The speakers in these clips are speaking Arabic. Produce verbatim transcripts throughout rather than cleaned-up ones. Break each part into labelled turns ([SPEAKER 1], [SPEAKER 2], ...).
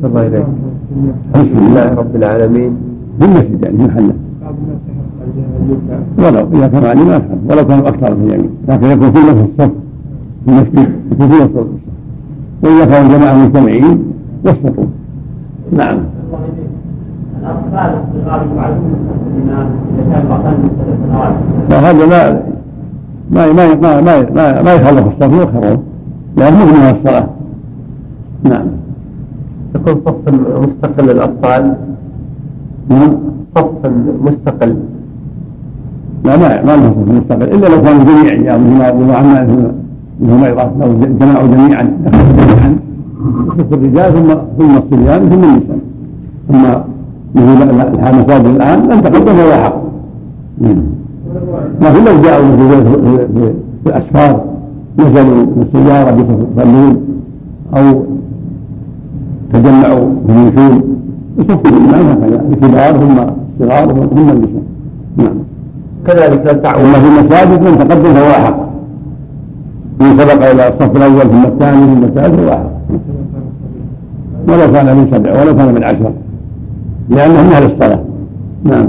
[SPEAKER 1] الله إليك. بسم الله رب العالمين.
[SPEAKER 2] في المسجد يعني في محله، ولو إذا كان علي ما أفهم، ولو كانوا أكثر من اليمين، لكن يكون في نفس الصف في المسجد، يكون في نفس الصف، وإذا كانوا جماعة مجتمعين وسطوا. نعم. فهذا لا ما ما ما ما ما يخلف الصف يؤخرون لأنه منها الصلاة. نعم.
[SPEAKER 1] يكون صف مستقل للأطفال.
[SPEAKER 2] نعم.
[SPEAKER 1] صف مستقل.
[SPEAKER 2] لا ما ما له صف مستقل إلا لو كانوا جميعا يعني مثل عما مثل ما يرى لو جماعوا جميعا دخلوا جميعا صف الرجال ثم ثم الصبيان ثم النساء. أما مثل المساجد الآن لم تقدم ولا حق. لكن لو جاءوا في الأسفار نزلوا بالسيارة يصلون أو تجمعوا يمشون يصفوا الإمام هكذا الكبار ثم الصغار ثم النساء. نعم.
[SPEAKER 1] كذلك
[SPEAKER 2] أما في المساجد من تقدم فهو أحق، من سبق إلى الصف الأول ثم الثاني ثم الثالث فهو أحق، ولو كان من سبع ولو كان من عشر لأنهم أهل الصلاة. نعم.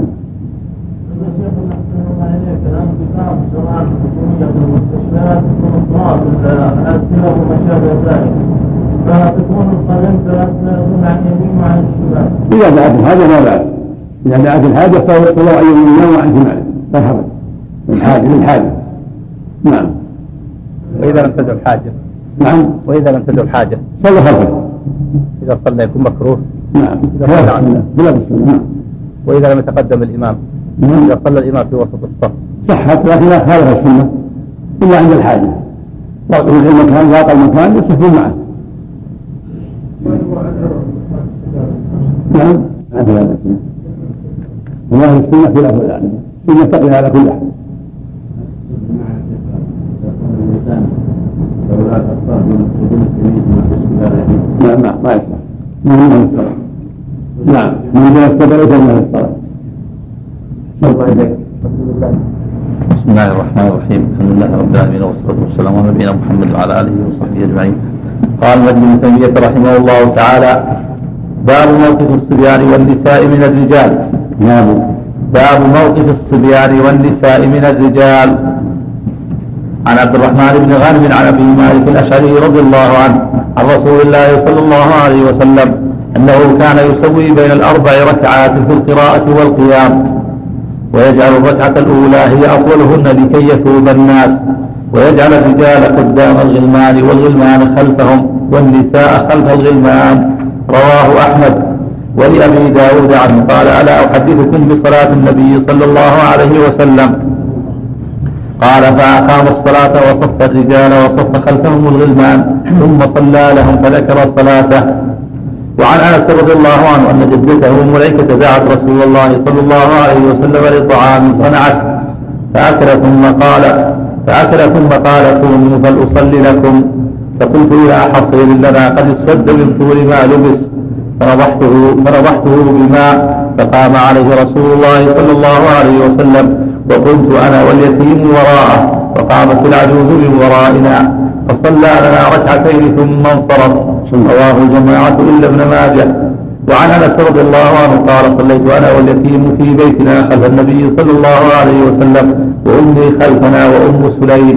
[SPEAKER 2] إذا دعت الحاجة ما بأس، إذا دعت الحاجة فهو عن يمينه وعن شماله لا حرج، الحاجة للحاجة. نعم.
[SPEAKER 1] وإذا لم تدع الحاجة.
[SPEAKER 2] نعم.
[SPEAKER 1] وإذا لم تدع الحاجة
[SPEAKER 2] صلى خلفه.
[SPEAKER 1] إذا صلى يكون مكروه.
[SPEAKER 2] نعم. بلا بالسنة. نعم.
[SPEAKER 1] وإذا لم يتقدم الإمام.
[SPEAKER 2] نعم.
[SPEAKER 1] إذا صلى الإمام في وسط الصف
[SPEAKER 2] صحت لكن لا خالف السنة إلا عند الحاجة، وقت المكان ضاق المكان يصفون معه. نعم. ما في هذا السنة. والله السنة خلاف ذلك، السنة تقضي على كل أحد. لا ما ما يصلح، ما هو من الصلاة. نعم. من جاء الصلاة ليس من الصلاة.
[SPEAKER 1] الله إليك.
[SPEAKER 3] بسم الله الرحمن الرحيم. الحمد لله رب العالمين والصلاة والسلام على نبينا محمد وعلى آله وصحبه أجمعين. قال ابن تيمية رحمه الله تعالى: باب موقف الصبيان والنساء من الرجال.
[SPEAKER 2] باب
[SPEAKER 3] باب موقف الصبيان والنساء من الرجال. عن عبد الرحمن بن غانم عن أبي مالك الأشعري رضي الله عنه عن رسول الله صلى الله عليه وسلم أنه كان يسوي بين الأربع ركعات في القراءة والقيام، ويجعل الركعة الأولى هي أطولهن لكي يثوب الناس، ويجعل الرجال قدام الغلمان والغلمان خلفهم والنساء خلف الغلمان. رواه أحمد. ولأبي داود عنه قال: ألا أحدثكم بصلاة النبي صلى الله عليه وسلم؟ قال: فأقام الصلاة وصف الرجال وصف خلفهم الغلمان ثم صلى لهم فذكر صلاته. وعن أنس رضي الله عنه أن جدته مليكة دعت رسول الله صلى الله عليه وسلم لطعام صنعت فأكل ثم قال فأكل ثم قال: قوموا فلأصلي لكم. فقلت: يا حصير لنا قد اسود من طول ما لبس. فنضحته فنضحته بماء فقام عليه رسول الله صلى الله عليه وسلم، وقلت أنا واليتيم وراءه، وقامت العجوز من ورائنا فصلى لنا ركعتين ثم انصرف. رواه الجماعة إلا ابن ماجه. وعن أنس رضي الله عنه قال: صليت أنا واليتيم في بيتنا خلف النبي صلى الله عليه وسلم، وأمي خلفنا وأم سليم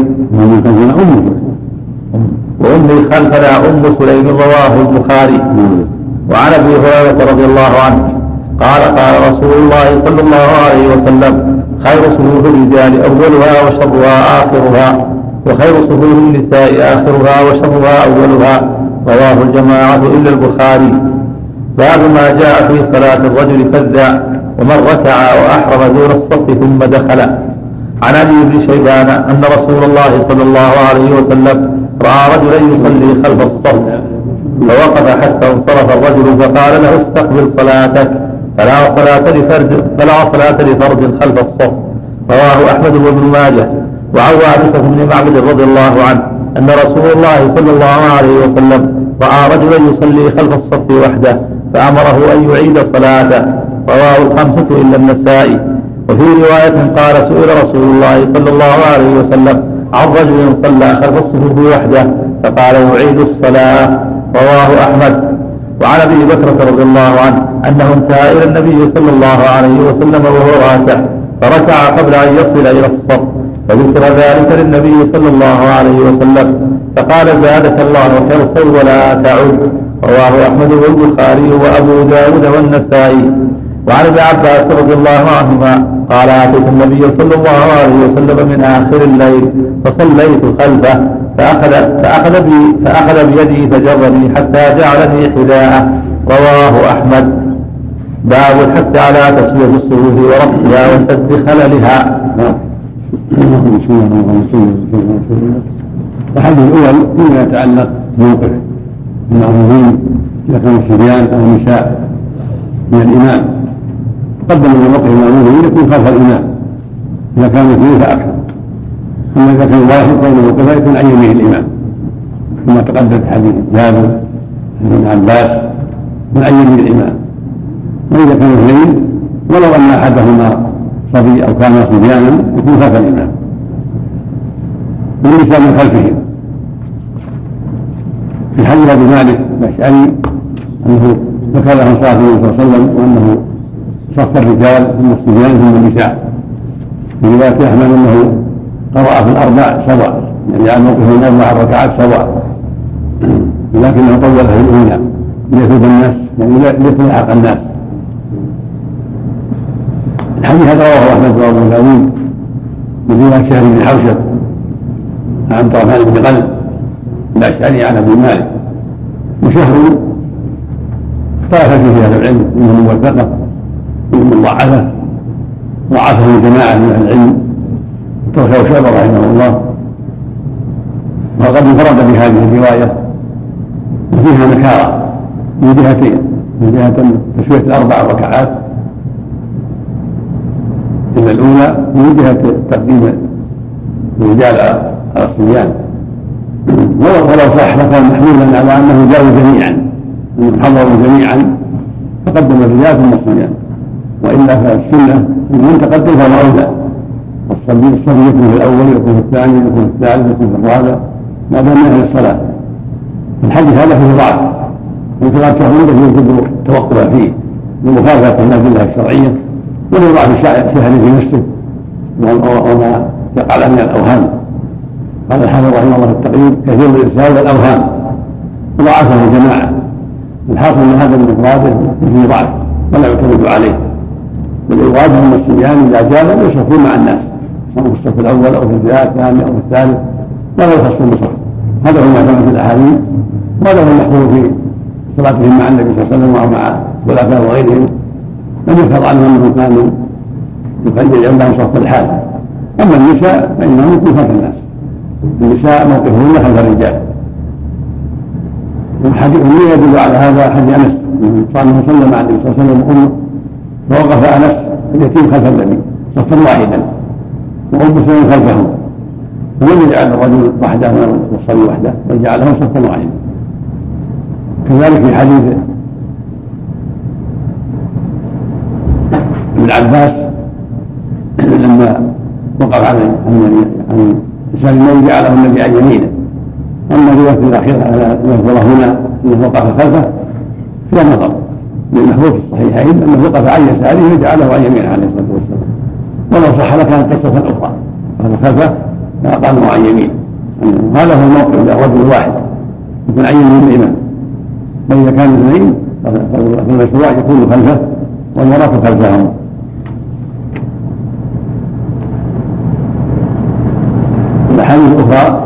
[SPEAKER 3] وأمي خلفنا أم سليم. رواه البخاري. وعن أبي هريرة رضي الله عنه قال: قال رسول الله صلى الله عليه وسلم: خير صفوف الرجال أولها وشرها آخرها، وخير صفوف النساء آخرها وشرها أولها. رواه الجماعة إلا البخاري. باب ما جاء في صلاة الرجل فزع ومن ركع وأحرم دون الصف ثم دخل. عن علي بن شيبان أن رسول الله صلى الله عليه وسلم رأى رجلا يصلي خلف الصف فوقف حتى انصرف الرجل فقال له: استقبل صلاتك، فلا صلاة لفرد فلا صلاة لفرد خلف الصف. رواه أحمد وابن ماجه. وعن عائشة بن معبد رضي الله عنه أن رسول الله صلى الله عليه وسلم رأى رجلا يصلي خلف الصف وحده فأمره أن يعيد صلاته. رواه الخمسة إلا النسائي. وفي رواية قال: سئل رسول الله صلى الله عليه وسلم عن رجل صلى خلف الصفوف وحده فقال: يعيد الصلاة. رواه أحمد. وعن ابي بكرة رضي الله عنه انه انتهى الى النبي صلى الله عليه وسلم وهو راكع فركع قبل ان يصل الى الصف فذكر ذلك للنبي صلى الله عليه وسلم فقال زادك الله حرصا ولا تعد. رواه احمد والبخاري وابو داود والنسائي. وعن ابن عباس رضي الله عنهما قال اتيت النبي صلى الله عليه وسلم من اخر الليل فصليت خلفه فاخذ فاخذ بي فاخذ بيدي فجرني حتى جعلني حذاءه. رواه احمد. باب الحث على تسويه الصفوف ورفعها وسد خللها.
[SPEAKER 2] الحديث الاول فيما يتعلق بموقف المأمومين اذا كانوا الصبيان او النساء من الامام قدم من موقف المأمومين يكون خلف الامام اذا كانوا اثنين فاكثر، ثم اذا كان واحد بين موقفه يكون عن يمين الامام كما تقدم في حديث جابر بن عباس من عن يمين الامام. واذا كانوا اثنين ولو ان احدهما صبي او كان صبيانا يكون خلف الامام والنساء من خلفهم. في حديث ابي مالك الاشعري انه ذكر له صلاه النبي صلى الله عليه وسلم وانه صف الرجال ثم الصبيان ثم النساء. في روايه احمد انه قرأ في الاربع سواء، يعني على موقف من اربع ركعات سواء، لكنه طول في الاولى ليفوز الناس، يعني ليلحق الناس. الحديث هذا رواه احمد وابو داود من روايه شهر بن حوشب عن عبد الرحمن بن غنم الاشعري عن ابي مالك. وشهر اختلف فيه اهل العلم منهم موثقه ومن ضعفه، ضعفه جماعه من اهل العلم وتركه شعبه رحمه الله، وقد انفرد بهذه الروايه وفيها نكاره من جهتين: من جهه تسويه الاربع ركعات إلى الأولى، من جهة تقديم الرجال على الصبيان، ولو صح لكان محمولا على أنه جاءوا جميعا، أنهم حضروا جميعا فقدم الرجال ثم الصبيان، وإلا فالسنة أن من تقدم فهو أولى، والصبي الصبي يكون في الأول يكون في الثاني يكون في الثالث يكون في الرابع ما دام من أهل الصلاة. الحديث هذا فيه ضعف، وانفراد شهود يجب التوقف فيه لمخالفة الأدلة الشرعية ولوضع في شهر في نفسه وما يقع له من الاوهام. قال الحافظ رحمه الله في التقريب: كثير الارسال والاوهام وضعفه الجماعه. الحاصل ان هذا من افراده فيه ضعف ولا يعتمد عليه، بل يرادهم الصبيان اذا جاءوا يصفون مع الناس سواء في الصف الاول او في الثاني او في الثالث ولا يخصون بصف. هذا هو المعتمد في الاحاديث، وهذا هو المحفوظ في صلاتهم مع النبي صلى الله عليه وسلم ومع الخلفاء وغيرهم. لم يفرض عنهم انهم كانوا يخرج عندهم صف الحال. اما النساء فانهم يكون خلف الناس، النساء موقفهن خلف الرجال. والحديث يدل على هذا حديث انس صلى الله عليه وسلم مع النبي صلى الله عليه وسلم وامه، فوقف انس اليتيم خلف النبي صفا واحدا وام سلمة خلفهم، ولم يجعل الرجل وحده والصبي وحده بل جعلهم صفا واحدا. كذلك في حديث ابن عباس لما وقف عن عن لسان النبي جعله النبي عن يمينه. اما الروايه الاخيره على يذكر هنا انه وقف خلفه فيها نظر، للمحفوظ في الصحيحين انه وقف عن يساره وجعله عن يمينه عليه الصلاه والسلام، ولو صح لكانت قصه اخرى وقف خلفه فاقامه عن يمينه. هذا هو الموقف للرجل الواحد يكون عن يمين الامام، واذا كان اثنين فالمشروع يكون خلفه والمراه خلفهم. الأحاديث الأخرى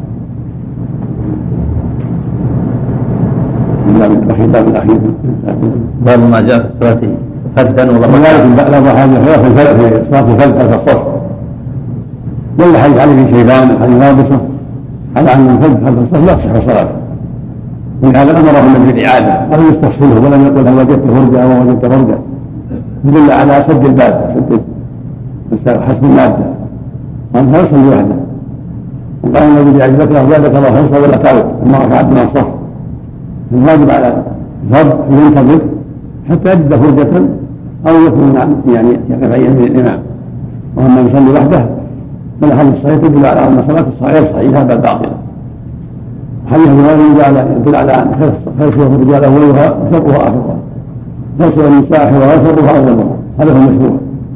[SPEAKER 2] باب الأخير
[SPEAKER 3] باب ما جاء في الصلاة فدا ولا
[SPEAKER 2] وذلك لا أحاديث في صلاة الفرد خلف الصف، ولا حديث علي بن شيبان حديث رابصة على أن الفرد خلف الصف لا تصح صلاته، ولهذا أمره النبي بالإعادة ولم يستفصله ولم يقل هل وجدت فرجة أو وجدت فرجة، يدل على سد الباب سد حسب المادة وأنها يصلي وحده. وقال النبي لأبي بكر: زادك الله حرصا ولا تعود، أما ركعت من الصف. الواجب على الفرد أن ينتظر حتى يجد فرجة أو يكون يعني يقف عن يمين الإمام. وأما يصلي وحده فالأحاديث الصحيحة تدل على أن صلاة الصغير صحيحة بل باطلة. حديث الرجال يدل على أن خير صفوف الرجال أولها وشرها آخرها، خير صفوف النساء آخرها وشرها أولها. هذا هو المشهور،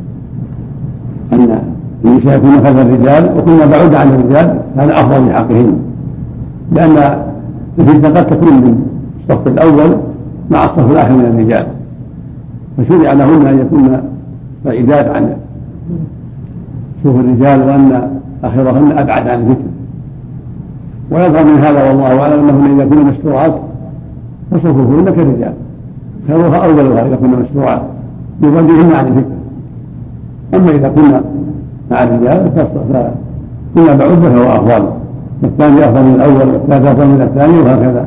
[SPEAKER 2] أن النساء يكون خلف الرجال وكنا بعد عن الرجال هذا أفضل من حقهن، لأن الفتنة قد تكون من الصف الأول مع الصف الآخر من الرجال، فشرع لهن أن يكون بعيدات عن صفوف الرجال وأن آخرهن أبعد عن الفتنة. ويظهر من هذا والله أعلم أنهن إذا كن مستورات فصفوفهن كالرجال، خيرها أولها إذا كن مستورات بغضهن عن الفتنة. أما إذا كنا مع الرجال فكنا بعد فهو أفضل، الثاني أفضل من الأول والثالث أفضل من الثاني وهكذا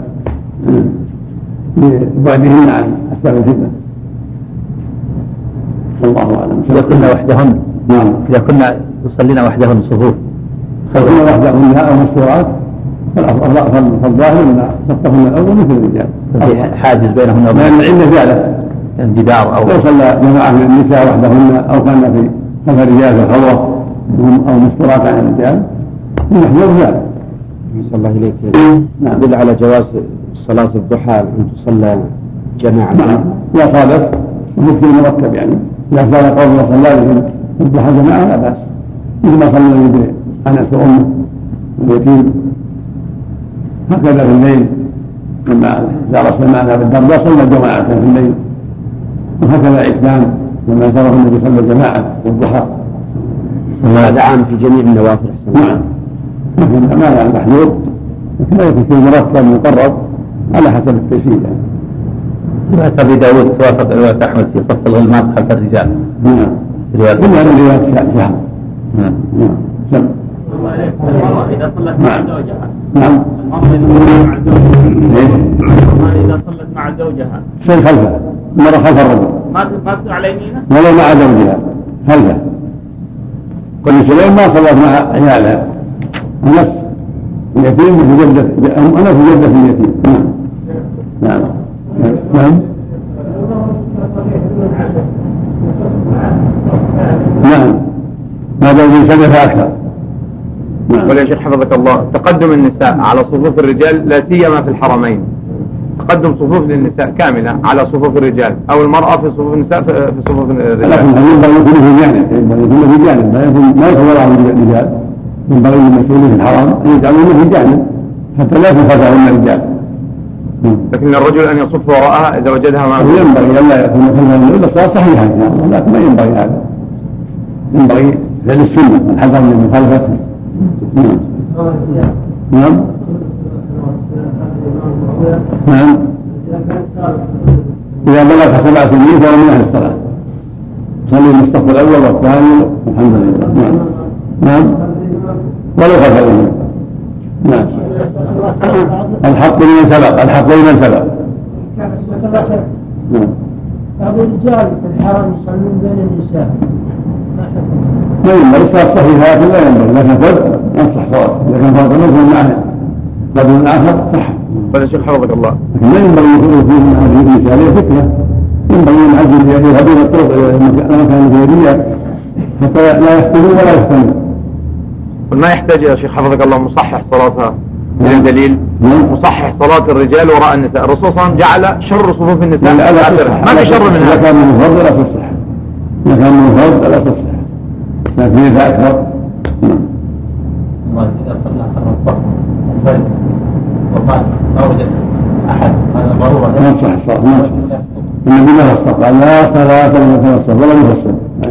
[SPEAKER 2] لبعدهن عن أسباب الفتنة. والله أعلم.
[SPEAKER 1] إذا كنا وحدهن،
[SPEAKER 2] نعم،
[SPEAKER 1] إذا كنا يصلين وحدهن صفوف
[SPEAKER 2] كنا وحدهن أو مستورات فالظاهر أن صفهن الأول مثل الرجال،
[SPEAKER 1] في حاجز بينهن
[SPEAKER 2] لأن العلة زالت
[SPEAKER 1] انجدار، أو
[SPEAKER 2] لو صلى جماعة من النساء وحدهن أو كان في خلف الرجال في الخلوة أو مستورات عن الرجال المحذور زال.
[SPEAKER 4] صلى الله إليك.
[SPEAKER 2] نعم.
[SPEAKER 4] يدل على جواز صلاة الضحى أن تصلى جماعة.
[SPEAKER 2] نعم، لا صادف ومثل مركب، يعني إذا كان قوم وصلى بهم الضحى جماعة لا بأس، مثل ما صلى به أنس وأمه اليتيم. هكذا في الليل لما جرس معنا بالدرداء صلى جماعة في الليل، وهكذا عثمان لما زاره النبي صلى الله عليه وسلم جماعة والضحى.
[SPEAKER 4] هذا عام في جميع النوافل.
[SPEAKER 2] نعم، ما لا محذور، لكن لا يكون فيه مرتب مقرب على حسب التيسير. يعني
[SPEAKER 1] رواية أبي داود توافق رواية أحمد في صف الغلمات خلف الرجال.
[SPEAKER 2] نعم،
[SPEAKER 1] رواية
[SPEAKER 2] كلها من رواية شهر.
[SPEAKER 1] نعم.
[SPEAKER 2] نعم. سم.
[SPEAKER 5] المرأة إذا صلت مع زوجها.
[SPEAKER 2] نعم.
[SPEAKER 5] المرأة إذا صلت مع زوجها.
[SPEAKER 2] شيء خلفه، مرة خلف الرجل.
[SPEAKER 5] ما ما تصير على يمينه؟
[SPEAKER 2] ولا مع زوجها، خلفه. كل شيء ما صلت مع عيالها. أنس اليتيم في جدة أنس في جدة اليتيم. نعم. نعم. نعم. نعم. هذا من سنة أكثر.
[SPEAKER 6] نعم. ولا شيخ حفظك الله، تقدم النساء على صفوف الرجال لا سيما في الحرمين، تقدم صفوف للنساء كاملة على صفوف الرجال أو المرأة في صفوف النساء في صفوف الرجال.
[SPEAKER 2] لكن ينبغي يكون في جانب، ينبغي يكون في جانب، لا يكون ما يكون وراء الرجال. ينبغي للمسؤولين في الحرم أن يجعلونه في جانب حتى لا يكون خلفهن الرجال.
[SPEAKER 6] لكن الرجل أن يصف وراءها إذا وجدها معه.
[SPEAKER 2] ينبغي أن لا يكون خلفهن إلا الصلاة صحيحة إن شاء الله، لكن ما ينبغي هذا. ينبغي فعل السنة الحذر من مخالفتها. نعم. نعم. نعم. إذا بلغ سبع سنين فهو من أهل الصلاة، صلي من الصف الأول والثاني والحمد لله. نعم. نعم. ولو خلف الإمام. نعم. الحق لمن سبق، الحق لمن سبق. نعم.
[SPEAKER 7] بعض الرجال في الحرم يصلون بين النساء.
[SPEAKER 2] ما ينبغي الصلاة صحيحة، لكن لا ينبغي، لكن فرد يصح صلاة، إذا كان فرد يكون معه رجل آخر صح.
[SPEAKER 6] ولا شيخ حفظك الله.
[SPEAKER 2] لكن لا ينبغي يكون فيه من هذه الرجال فتنة، ينبغي أن يعزل يذهبون الطرق إلى مكان الخيرية حتى لا يفتنوا ولا يفتنوا.
[SPEAKER 6] ما يحتاج يا شيخ حفظك الله مصحح صلاتها من دليل مصحح صلاة الرجال وراء النساء. الرسول صلى الله عليه وسلم جعل شر صفوف النساء ما في شر منها.
[SPEAKER 2] إذا كان من فرض لا تصح، إذا كان من فرض لا تصح، لكن إذا أكثر.
[SPEAKER 1] إذا صلى خلف الصف الفرد وقال ما وجد أحد هذا ضرورة
[SPEAKER 2] ما تصح الصلاة، ما تصح. النبي ما فسر، قال لا صلاة لمن خلف الصف ولا يفسر.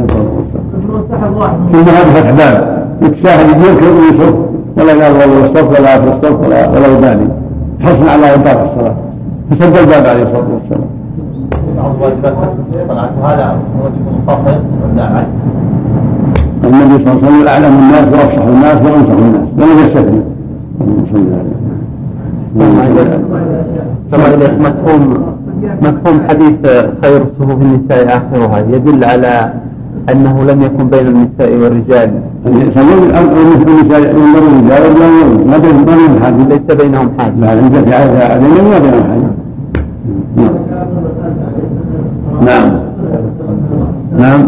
[SPEAKER 2] ثم هذا فتح باب يتشاهد يركض ويصف ولا قال والله الصف ولا في الصف ولا ولا يبالي، حرصا على إنقاذ الصلاة، فسد الباب عليه الصلاة والسلام.
[SPEAKER 1] هذا مصطفى يصف ولا عاد.
[SPEAKER 2] النبي صلى الله عليه وسلم أعلم الناس وأفصح الناس وأنصح الناس، لم يستثني.
[SPEAKER 4] مفهوم مفهوم حديث خير صفوف النساء آخرها يدل على أنه لم يكن بين النساء والرجال.
[SPEAKER 2] يسمون النساء ينظر الرجال والرجال ما بينهم حاجة،
[SPEAKER 4] ليس بينهم حاجة.
[SPEAKER 2] لا ليس في عادين ما بينهم حاجة. نعم. نعم.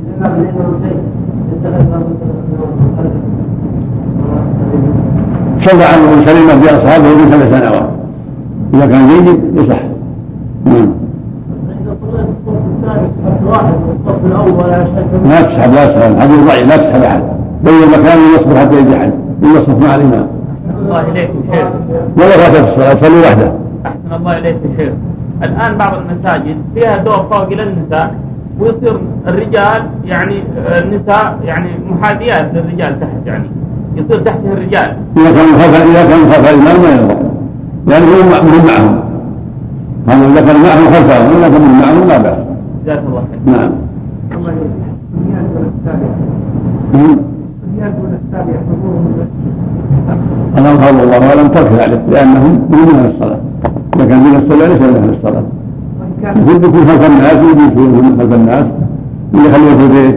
[SPEAKER 2] شيء صلى عنه سلم بأصحابه من ثلاث سنوات إذا كان جيد يصح.
[SPEAKER 7] إذا صليت الصف الثاني سحبت واحد من الصف الأول لا شك
[SPEAKER 2] لا تسحب لا تسحب هذا ضعيف لا تسحب أحد بين المكان يصبر حتى يجي أحد يصف مع الإمام.
[SPEAKER 5] الله إليك يا شيخ.
[SPEAKER 2] ولا فاتت الصلاة صلي وحده.
[SPEAKER 5] أحسن الله إليك يا شيخ. الآن بعض المساجد فيها دور فوق للنساء ويصير الرجال يعني النساء يعني محاذيات للرجال تحت يعني يصير تحته الرجال.
[SPEAKER 2] إذا كان خلف إذا كان خلف الإمام ما ينظر لأنه هو مأمور معهم. هذا إذا كان معهم خلفهم وإذا كان معهم لا بأس.
[SPEAKER 5] جزاك الله خير.
[SPEAKER 2] نعم.
[SPEAKER 7] الصبيان ولا السابع الصبيان ولا السابع حضورهم
[SPEAKER 2] أنا أظهر الله ولم ترك ذلك لأنهم من أهل الصلاة. إذا كان من الصلاة ليس من أهل الصلاة. يجب يكون خلف الناس ويجب يكون خلف الناس ويخليه في البيت.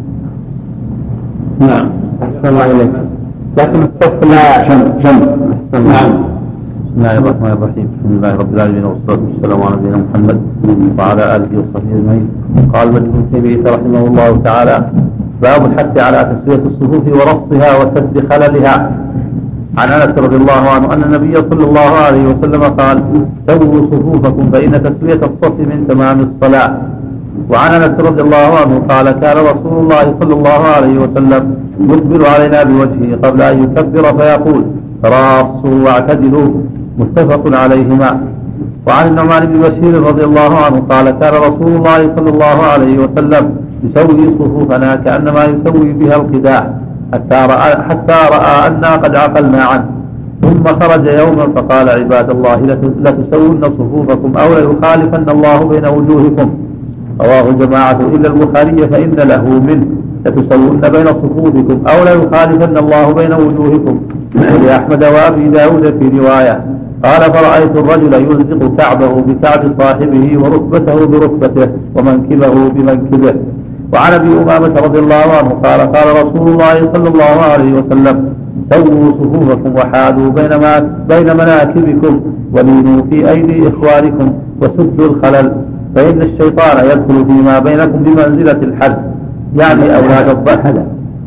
[SPEAKER 2] نعم.
[SPEAKER 4] أحسن الله إليك. لكن الصف لا
[SPEAKER 2] شم شم. نعم.
[SPEAKER 3] بسم الله الرحمن الرحيم. الحمد لله رب العالمين والصلاة والسلام على نبينا محمد وعلى آله وصحبه أجمعين. قال ابن تيمية رحمه الله تعالى: باب الحث على تسوية الصفوف ورصها وسد خللها. عن أنس رضي الله عنه أن النبي صلى الله عليه وسلم قال: سووا صفوفكم فإن تسوية الصف من تمام الصلاة. وعن أنس رضي الله عنه قال: كان رسول الله صلى الله عليه وسلم يقبل علينا بوجهه قبل أن يكبر فيقول: تراصوا واعتدلوا. متفق عليهما. وعن النعمان بن بشير رضي الله عنه قال: كان رسول الله صلى الله عليه وسلم يسوي صفوفنا كأنما يسوي بها القداح حتى رأى, حتى رأى أنا قد عقلنا عنه، ثم خرج يوما فقال: عباد الله لتسوون صفوفكم أو ليخالفن الله بين وجوهكم. رواه جماعة إلا البخاري فإن له منه: لتسوون بين صفوفكم أو ليخالفن الله بين وجوهكم. ولأحمد وأبي داود في رواية قال: فرأيت الرجل يلزق كعبه بكعب صاحبه وركبته بركبته ومنكبه بمنكبه. وعن ابي امامه رضي الله عنه قال: قال رسول الله صلى الله عليه وسلم: سووا صفوفكم وحادوا بين, بين مناكبكم ولينوا في ايدي اخوانكم وسدوا الخلل، فان الشيطان يدخل فيما بينكم بمنزله الحد، يعني اولاد الضحى.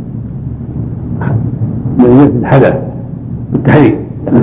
[SPEAKER 2] منزله الحدث التحريك.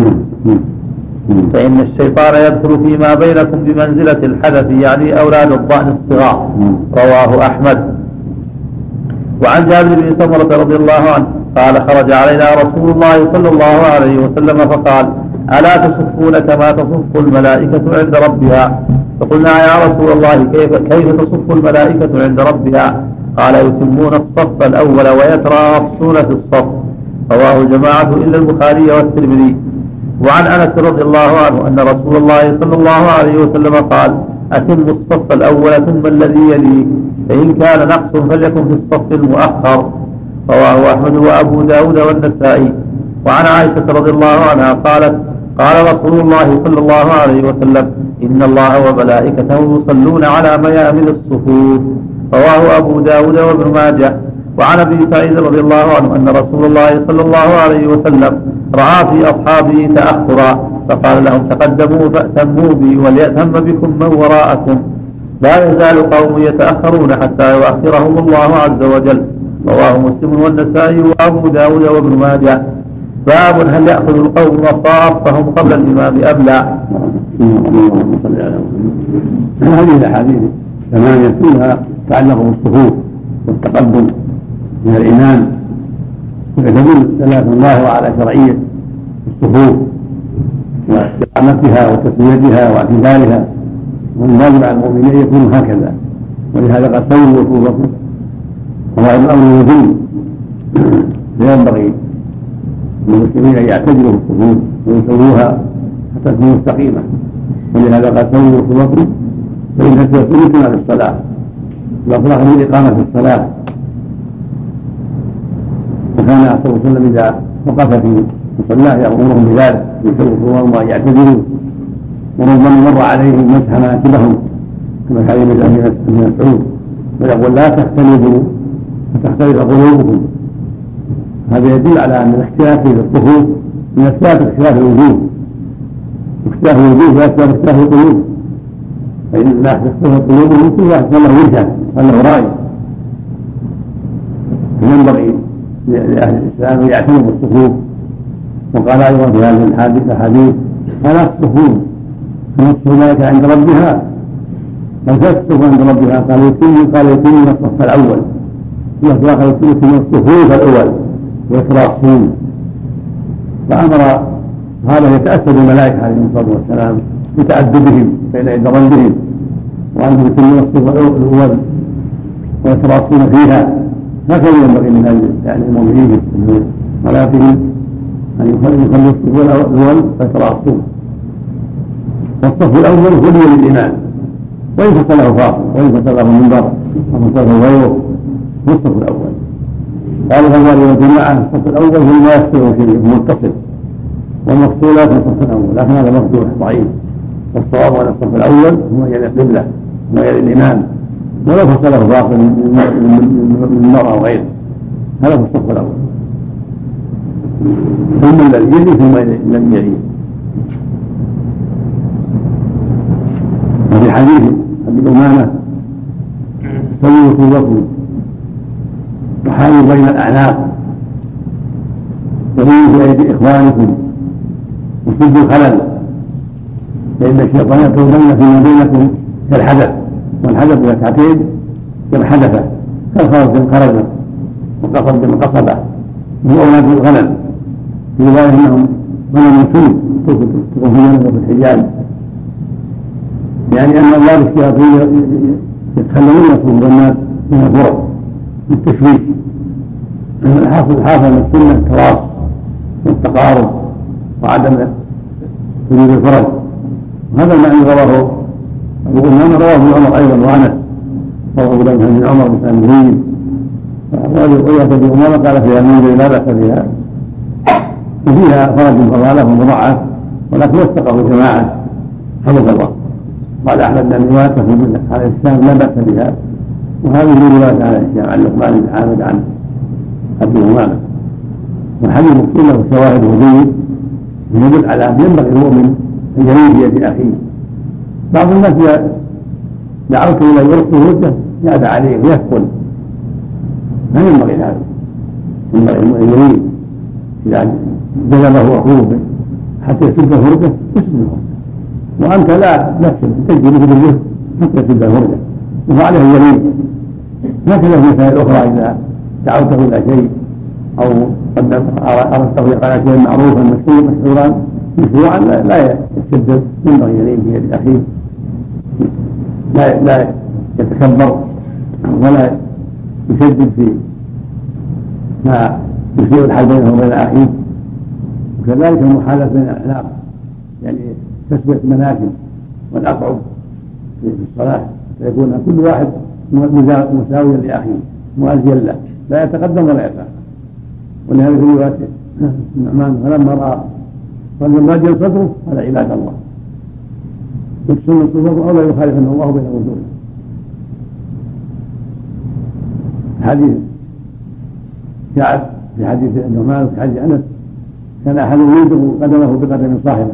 [SPEAKER 3] فإن الشيطان يدخل فيما بينكم بمنزلة الحدث، يعني أولاد الضأن الصغار. رواه أحمد. وعن جابر بن سمرة رضي الله عنه قال: خرج علينا رسول الله صلى الله عليه وسلم فقال: ألا تصفون كما تصف الملائكة عند ربها؟ فقلنا: يا رسول الله كيف, كيف تصف الملائكة عند ربها؟ قال: يتمون الصف الأول ويتراصون في الصف. رواه جماعة إلا البخاري والترمذي. وعن أنس رضي الله عنه أن رسول الله صلى الله عليه وسلم قال: أتم الصف الأول ثم الذي يليه، فإن كان نقص فليكن في الصف المؤخر. رواه أحمد وأبو داود والنسائي. وعن عائشة رضي الله عنها قالت: قال رسول الله صلى الله عليه وسلم: إن الله وملائكته يصلون على ميامن الصفوف. رواه أبو داود وابن ماجه. وعن ابي سعيد رضي الله عنه أن رسول الله صلى الله عليه وسلم رأى في أصحابه تأخرا فقال لهم: تقدموا فأتموا بي وليأتم بكم من وراءكم، لا يزال قوم يتأخرون حتى يؤخرهم الله عز وجل. رواه مسلم والنسائي وأبو داود وابن ماجه. باب: هل يأخذ القوم صافهم قبل الإمام أم لا؟
[SPEAKER 2] هذه الأحاديث ثمانية كلها تعلق بالصفوف والتقدم من الإمام، وتدل دلالة الله على شرعية الصفوف واستقامتها وتسويتها واعتدالها، والواجب على المؤمنين يكونوا هكذا. ولهذا قد سووا صفوفكم، وهذا الأمر مهم، فينبغي للمسلمين أن يعتدلوا في الصفوف ويسووها حتى تكون مستقيمة. ولهذا قد سووا صفوفكم فإن تسويتنا للصلاة وأفرح من إقامة الصلاة. وكان صلى الله عليه وسلم إذا وقف في مصلاه يأمرهم بذلك يسووا صفوفهم وأن يعتدلوا، وربما مر عليهم مسح مناكبهم كما كان يمد ابن مسعود ويقول: لا تختلفوا فتختلف قلوبكم. هذا يدل على أن الاختلاف في الصفوف من أسباب اختلاف الوجوه، اختلاف الوجوه لا أسباب اختلاف القلوب، فإن الناس تختلف قلوبهم كل واحد له وجهة وله رأي. فينبغي لأهل الإسلام أن يعتنوا بالصفوف وقال أيضا في هذه الحديث ألا تصفون فنصف ذلك عند ربها لو تصف عند ربها قال يتم قال يتم الصف الأول وقال يتم الصفوف الأول ويتراصون فأمر هذا يتأسد الملائكة عليهم الصلاة والسلام بتأدبهم بين يدي ربهم وأنهم يتمون الصف الأول ويتراصون فيها هكذا ينبغي من يعني المؤمنين في صلاتهم أن يخلوا الصف الأول ويتراصون والصف الأول هو للإمام وإن فصله فاصل وإن فصله منبر وفصله غيره هو الصف الأول. قال الغزالي والجماعة الصف الأول هو ما يستوي فيه المتصل والمفصولات في الصف الأول لكن هذا مفتوح ضعيف والصواب على الصف الأول هو يلي القبلة ويلي الإمام ولو فصله فاصل من المرأة أو غيره هذا هو الصف الأول ثم الذي يلي ثم الذي يليه. وفي حديث أبي أمامة سووا صوركم وحالوا بين الأعناق وليوا في أيدي إخوانكم وسدوا الخلل فإن الشيطان يطلبن فيما بينكم كالحدث والحدث ركعتين كالحدثة كالخرج انقرضت وقصد بالقصبة وهو أولاد الغنم في رواية أنهم غنم سود تكون في الحجاز يعني أن الله الشياطين يتخلون يصوم الناس من الفرق بالتشويش أن الحاصل الحاصل من السنة التراص والتقارب وعدم وجود الفرج وهذا المعنى رواه أبو أمامة رواه ابن عمر أيضا وأنس رواه ابن بن عمر بن زيد وهذه الرواية ابن عمر قال فيها المنذر لا بأس بها وفيها فرج فضاله ومضاعف ولكن وثقه جماعة حفظ الله. قال أحمد أن روايته على الإسلام لا بأس بها وهذه رواية على الإسلام عن لقمان بن عامر عن أبي أمامة والحديث مقصود له شواهد وجيد يدل على أن ينبغي المؤمن أن يلين بيد أخيه. بعض الناس دعوته إلى يرقه وده يأبى عليه ويثقل ما ينبغي هذا ينبغي المؤمن يلين إذا جذبه أخوه حتى يسد فرجه يسده وأنت لا نفسك تجد له بالجهد حتى يسد الفرجة وهو عليه اليمين. هكذا في مسائل أخرى إذا دعوته إلى شيء أو أردته يفعل شيئا معروفا مشهورا مشروعا لا يتشدد ينبغي يلين في يد أخيه لا لا يتكبر ولا يشدد في ما يسيء الحال بينه وبين أخيه. وكذلك المحالة بين الأعناق يعني تسوية المناكب والأقعد في الصلاة فيكون كل واحد مساويا لأخيه مؤذيا له لا يتقدم ولا يتأخر. ولهذا في رواية النعمان فلما رأى رجل راجل صدره هذا عباد الله يكسر الصدور أو لا يخالفن الله بين وجوهه. حديث جاء في حديث النعمان في حديث أنس كان أحد يوجب قدمه بقدم صاحبه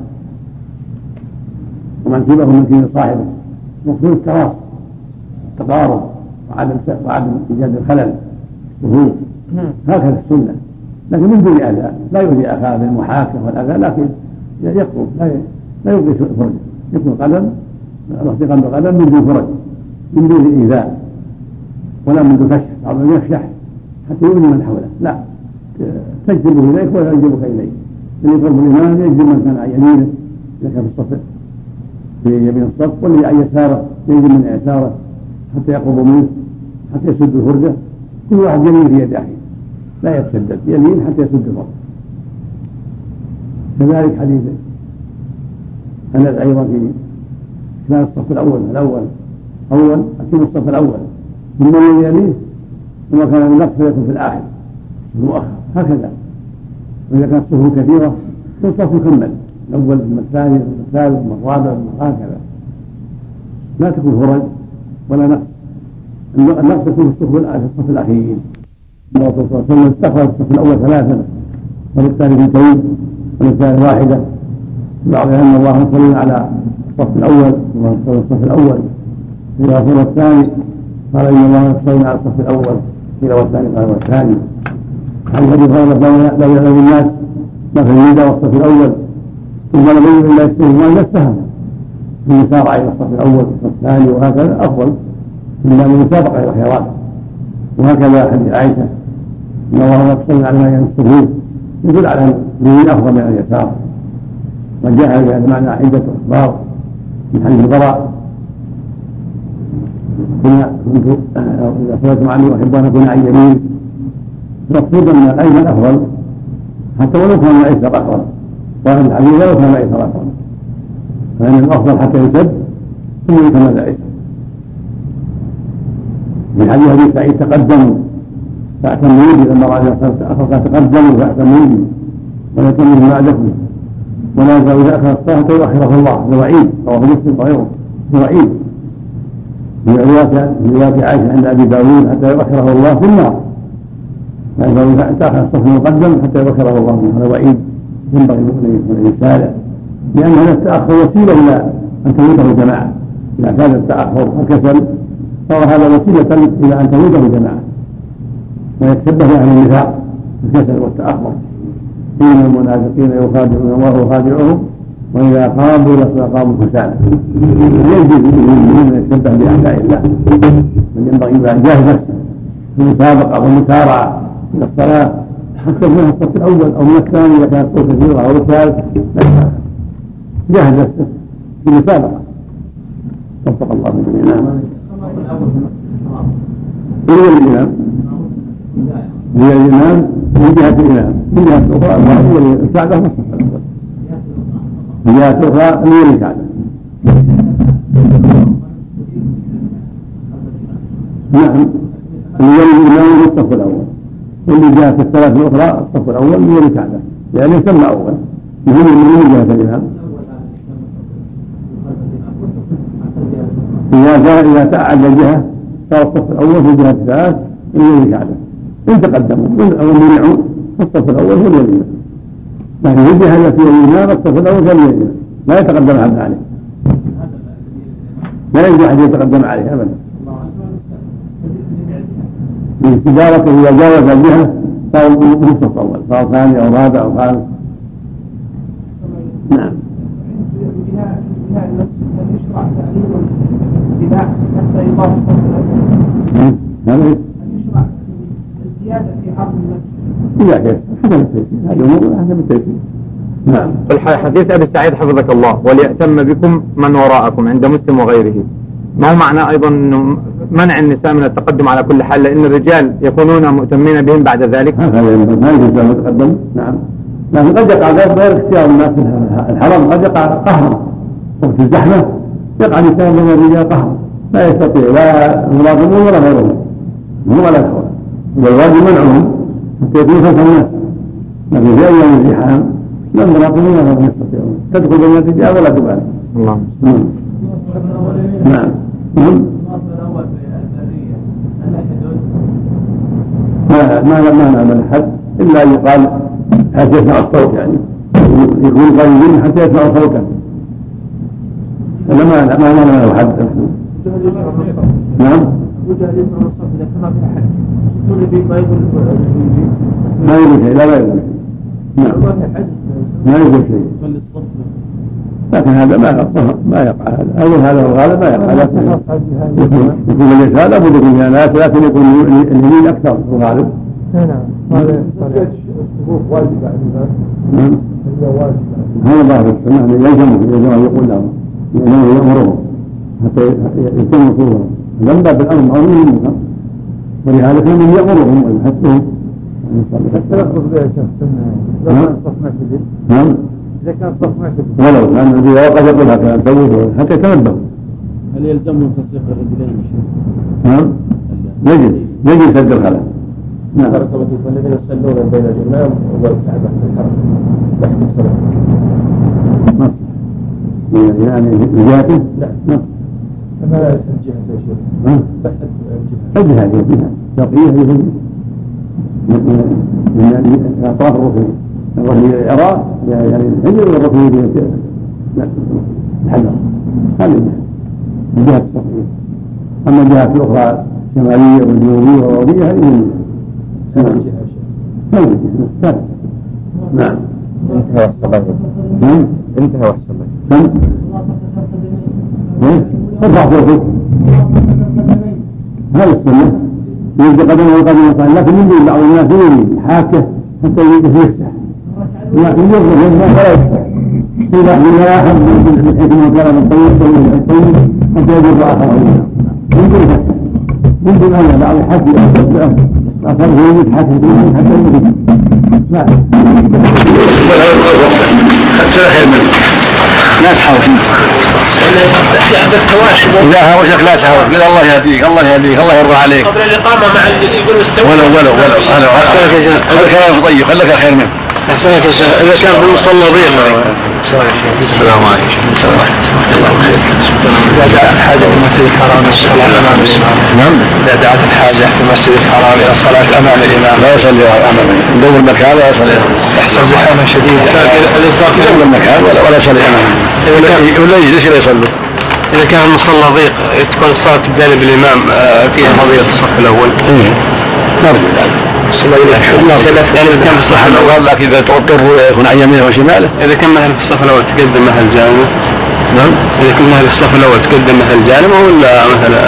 [SPEAKER 2] ومنكبه من صاحبه مقصود التراص التقارب وعدم وعدم ايجاد الخلل وهو هكذا السنه لكن من دون اذى لا يؤذي اخاه بالمحاكاه والاذى لكن يقرب لا لا يؤذي فرجه يكون قدم رفيقا بقدم من دون فرج من دون ايذاء ولا من دون كشف بعضهم يكشح حتى يؤذي من حوله لا تجذبه اليك ولا يجذبك اليه من يقرب الامام يجذب من كان عن يمينه اذا كان في الصف في يمين الصف والذي عن يساره يجذب من يساره حتى يقرب منه حتى يسد الفرجه كل واحد يمين في يد اخيه لا يتشدد يمين حتى يسد الفرجه. كذلك حديث أنس أيضا في كان الصف الأول الأول أول أتم الصف الأول ثم الذي يليه وما كان من نقص فيكون في الآخر مؤخر هكذا. وإذا كانت الصفوف كثيرة فالصف يكمل الأول ثم الثاني ثم الثالث ثم الرابع ثم هكذا لا تكون فرج ولا نقص. النقص يكون في الصف الأخير. الرسول صلى الله عليه وسلم استخرج الصف الأول ثلاثة وللثاني اثنتين وللثاني واحدة بعضها أن الله صلى على الصف الأول ثم الصف الأول إلى صلى الثاني قال إن الله صلى على الصف الأول إلى والثاني قال والثاني. الذي فرض لا يعلم الناس ما في النداء والصف الأول ثم لم لا يستوي إلا السهم المسارعة إلى الصف الأول والثاني وهكذا أفضل من المسابقة إلى الخيرات. وهكذا حديث عائشة إن الله يقسم على ما ينصفون يدل على اليمين أفضل من اليسار. وجاء في هذا المعنى عدة أخبار من حديث البراء كنا كنت إذا صليتم عني وأحب أن أكون عن يمين مقصود أن الأيمن أفضل حتى ولو كان الأيسر أفضل وأن الحديث ولو كان الأيسر أفضل فإن الأفضل حتى يسد ثم يكمل الأيسر. من حديث أبي سعيد تقدموا فاعتموا بي لما رأى أخرى تقدموا فاعتموا بي ولا يتموا بعدكم ولا يزال إذا أخذ الصلاة حتى يؤخره الله. هذا وعيد رواه مسلم وغيره وعيد في رواية عائشة عند أبي داوود حتى يؤخره الله في النار لا يزال إذا تأخذ الصف المقدم حتى يؤخره الله. هذا وعيد ينبغي أن يسارع لأن هذا التأخر وسيلة إلى أن تموته الجماعة. إذا كان التأخر وكسل صار هذا وسيلة إلى أن تموته الجماعة ويتشبه أهل النفاق الكسل والتأخر. إن المنافقين يخادعون الله وخادعهم وإذا قاموا إلى الصلاة قاموا كسالى. يجب أن يتشبه بأعداء الله من ينبغي أن يجاهد نفسه في المسابقة والمسارعة إلى الصلاة حتى من الصف الأول أو من الثاني إذا كانت صوت كثيرة أو الثالث جاهد نفسه في المسابقة. وفق الله من جميعنا. هو الإمام هي الإمام من جهة الإمام من جهة الأخرى هو الكعبة والصف الأول من جهة الأخرى هو الكعبة. نعم من الإمام والصف الأول واللي جهة الثلاث الأخرى الصف الأول هو الكعبة يعني يسمى أول مهم من جهة الإمام. إذا جاء إذا تعد الجهة صار الصف الأول في الجهة الثلاث هو الكعبة. إن تقدموا أو منعوا الصف الأول هو الإمام لكن الجهة التي الإمام الصف الأول هو الإمام لا يتقدم حد عليه لا يجب أحد يتقدم عليه أبدا. باستدارته إذا جاوز الجهة صار الصف الأول صار ثاني أو رابع أو خامس. نعم. هذا إذا كيف حسب التيسير هذه أمور حسب التيسير. نعم.
[SPEAKER 6] الحديث أبي سعيد حفظك الله وليأتم بكم من وراءكم عند مسلم وغيره ما هو معنى أيضا منع النساء من التقدم على كل حال لأن الرجال يكونون مؤتمين بهم بعد ذلك؟
[SPEAKER 2] هذا ما يجوز أن يتقدم. نعم. لكن قد يقع غير اختيار الناس الحرام قد يقع قهرا وقت الزحمة يقع نساء من الرجال قهرا لا يستطيع لا المراقبون ولا غيرهم هم ولا الأخوة والواجب منعهم حتى يكون خلف الناس. لكن في أيام الزحام لا المراقبون ولا هم يستطيعون تدخل بين الرجال ولا تبالي.
[SPEAKER 6] الله.
[SPEAKER 2] نعم. نعم. ما ما ما نعمل أحد إلا أن يقال حتى يسمع الصوت يعني يكون قريبين حتى يسمع صوتا فلما ما ما له حد. نعم. ما يقول شيء لا ما يقول شيء. نعم ما يقول شيء لكن هذا ما ما يقع هذا أول هذا الغالب ما يقع لكن يكون اليسار لا بد من الناس لكن يكون اليمين أكثر الغالب.
[SPEAKER 7] نعم هذا الصفوف واجبة على
[SPEAKER 2] الناس. هذا ظاهر السنة يلزمه يلزمه يقول لهم لأنه يأمرهم حتى يتم صورهم لم باب الأمر معروف منهم ولهذا كان من يأمرهم ويحثهم
[SPEAKER 7] حتى يخرج بها شخص إذا كان الصف معتدل.
[SPEAKER 2] نعم.
[SPEAKER 7] إذا كان الصف معتدل
[SPEAKER 2] ولو كان الذي قد يقول هكذا سووه حتى يتنبهوا.
[SPEAKER 1] هل يلزمهم تسليق الرجلين؟
[SPEAKER 2] نعم. يجب يجب سد الخلل. نعم.
[SPEAKER 1] الذين يصلون بين الإمام والكعبة في الحرم تحت الصلاة.
[SPEAKER 2] يعني جهته؟
[SPEAKER 1] لا.
[SPEAKER 2] نعم.
[SPEAKER 1] كما الجهة يا شيخ. تحت
[SPEAKER 2] الجهة. الجهة الجهة بقية الجهة. من أطراف الركن الركن العراق يعني الحجر والركن الجهة. لا. الحجر. هذه الجهة. الجهة الصحية. أما الجهة الأخرى الشمالية والجنوبية والغربية هذه الجهة. نعم. نعم.
[SPEAKER 1] انتهى وحصل الله انتهى وحصل الله
[SPEAKER 2] ارفع صوتك هذا السنة يبدأ قدمه وقدمه صحيح، لكن من دون بعض الناس يريد حاكة حتى يريد يفتح لكن يظهر ما فلا يفتح إذا من لا أحد من الحكمة وكلام الطيب والطيب حتى يجب آخر من دون فتح من دون أن بعض الحكي أصله يريد حكي حتى يريد لا
[SPEAKER 3] سنة خير منه لا تحاول إذا هاوشك لا تهاوش قل الله يهديك الله يهديك الله يرضى عليك
[SPEAKER 5] قبل الإقامة مع اللي يقول استوى
[SPEAKER 3] ولو ولو ولو هذا كلام طيب خلك خير منه أحسنك يا شيخ إذا كان في المصلى ضيق السلام عليكم السلام عليكم الله خير إذا دعت الحاجة في المسجد الحرام الصلاة أمام الإمام نعم إذا دعت الحاجة في المسجد الحرام إلى الصلاة أمام الإمام لا يصلي أمام دور المكان لا يصلي يحصل زحاما شديدا دور المكان ولا يصلي أمامه ولا يجلس لا يصلي إذا كان المصلى ضيق تكون الصلاة بجانب الإمام فيها فضيلة الصف الأول نرجو ذلك يعني إذا كان في الصف الأول لكن إذا تضطر يكون عن يمينه وشماله إذا كان مثلا في الصف الأول تقدم مثل جانبه نعم إذا كان مثلا في الصف الأول تقدم مثل جانبه ولا مثلا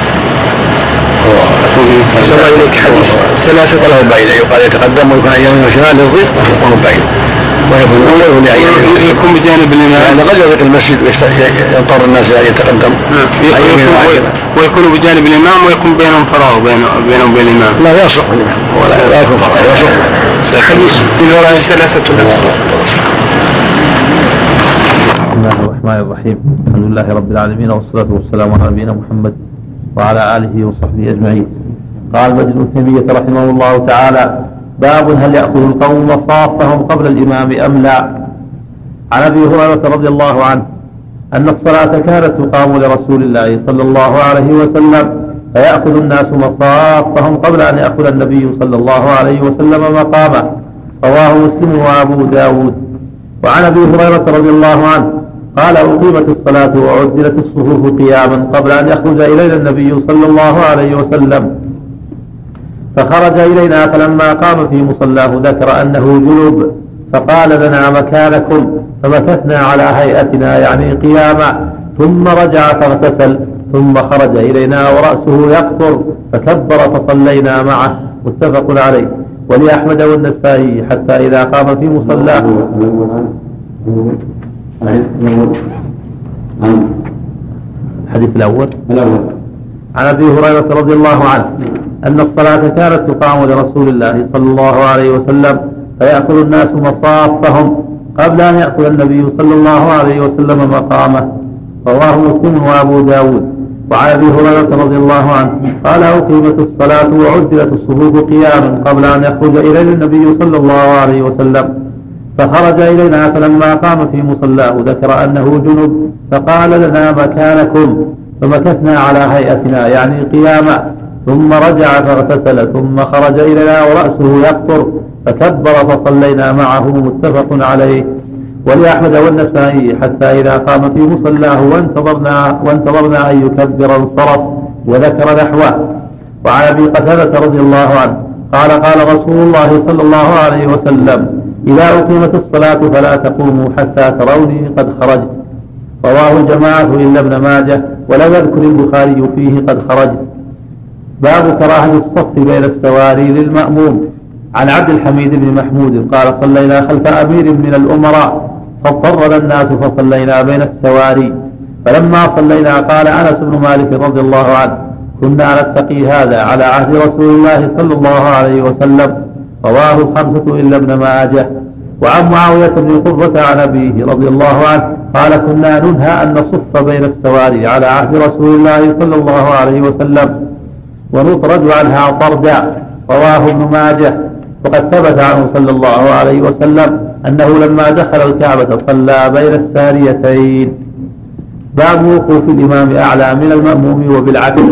[SPEAKER 3] سوى إليك حديث ثلاثة ولا بعيد يقال يتقدم ويكون عن يمينه وشماله يضيق وهو بعيد ويكون الأولى يكون عن يمينه يكون بجانب الإمام يعني قد يضيق المسجد ويضطر الناس أن يتقدم ويكون بجانب الإمام ويكون بينهم فراغ بينهم وبين الإمام لا يصح ولا لا يكون فراغ يصح حديث الوراء ثلاثة بسم
[SPEAKER 8] الله الرحمن الرحيم الحمد لله رب العالمين والصلاة والسلام على نبينا محمد وعلى آله وصحبه أجمعين. قال مجد بن تيمية رحمه الله تعالى باب هل يأخذ القوم مصافهم قبل الإمام أم لا. عن أبي هريرة رضي الله عنه أن الصلاة كانت تقام لرسول الله صلى الله عليه وسلم فيأخذ الناس مصافهم قبل أن يأخذ النبي صلى الله عليه وسلم مقامه. رواه مسلم وأبو داود. وعن أبي هريرة رضي الله عنه قال أقيمت الصلاة وعدلت الصفوف قياما قبل أن يخرج إلينا النبي صلى الله عليه وسلم فخرج إلينا فلما قام في مصلاه ذكر أنه جنوب فقال لنا مكانكم فمكثنا على هيئتنا يعني قياما ثم رجع فاغتسل ثم خرج إلينا ورأسه يقطر فكبر فصلينا معه. متفق عليه. ولأحمد والنسائي حتى إذا قام في مصلاه. الحديث الأول عن أبي هريرة رضي الله عنه أن الصلاة كانت تقام لرسول الله صلى الله عليه وسلم فيأخذ الناس مصافهم قبل أن يأخذ النبي صلى الله عليه وسلم مقامه. رواه مسلم وأبو داود. وعن أبي هريرة رضي الله عنه قال أقيمت الصلاة وعدلت الصفوف قياما قبل أن يخرج إلينا النبي صلى الله عليه وسلم فخرج إلينا فلما قام في مصلاه ذكر أنه جنب فقال لنا مكانكم فمكثنا على هيئتنا يعني قياما ثم رجع فاغتسل ثم خرج إلينا ورأسه يقطر فكبر فصلينا معه. متفق عليه. ولأحمد والنسائي حتى إذا قام في مصلاه وانتظرنا, وانتظرنا أن يكبر انصرف وذكر نحوه. وعن أبي قتادة رضي الله عنه قال قال رسول الله صلى الله عليه وسلم إذا أقيمت الصلاة فلا تقوموا حتى تروني قد خرجت. رواه الجماعة إلا ابن ماجه ولم يذكر البخاري فيه قد خرجت. باب كراهة الصف بين السواري للمأموم. عن عبد الحميد بن محمود قال صلينا خلف أمير من الأمراء فاضطرنا الناس فصلينا بين السواري فلما صلينا قال أنس بن مالك رضي الله عنه كنا نتقي هذا على عهد رسول الله صلى الله عليه وسلم. رواه الخمسة إلا ابن ماجه. وعن معاوية بن قرة عن أبيه رضي الله عنه قال كنا ننهى أن نصف بين السواري على عهد رسول الله صلى الله عليه وسلم ونطرد عنها طردا. رواه ابن ماجه. وقد ثبت عنه صلى الله عليه وسلم أنه لما دخل الكعبة صلى بين الساريتين. باب وقوف الإمام أعلى من المأموم وبالعكس.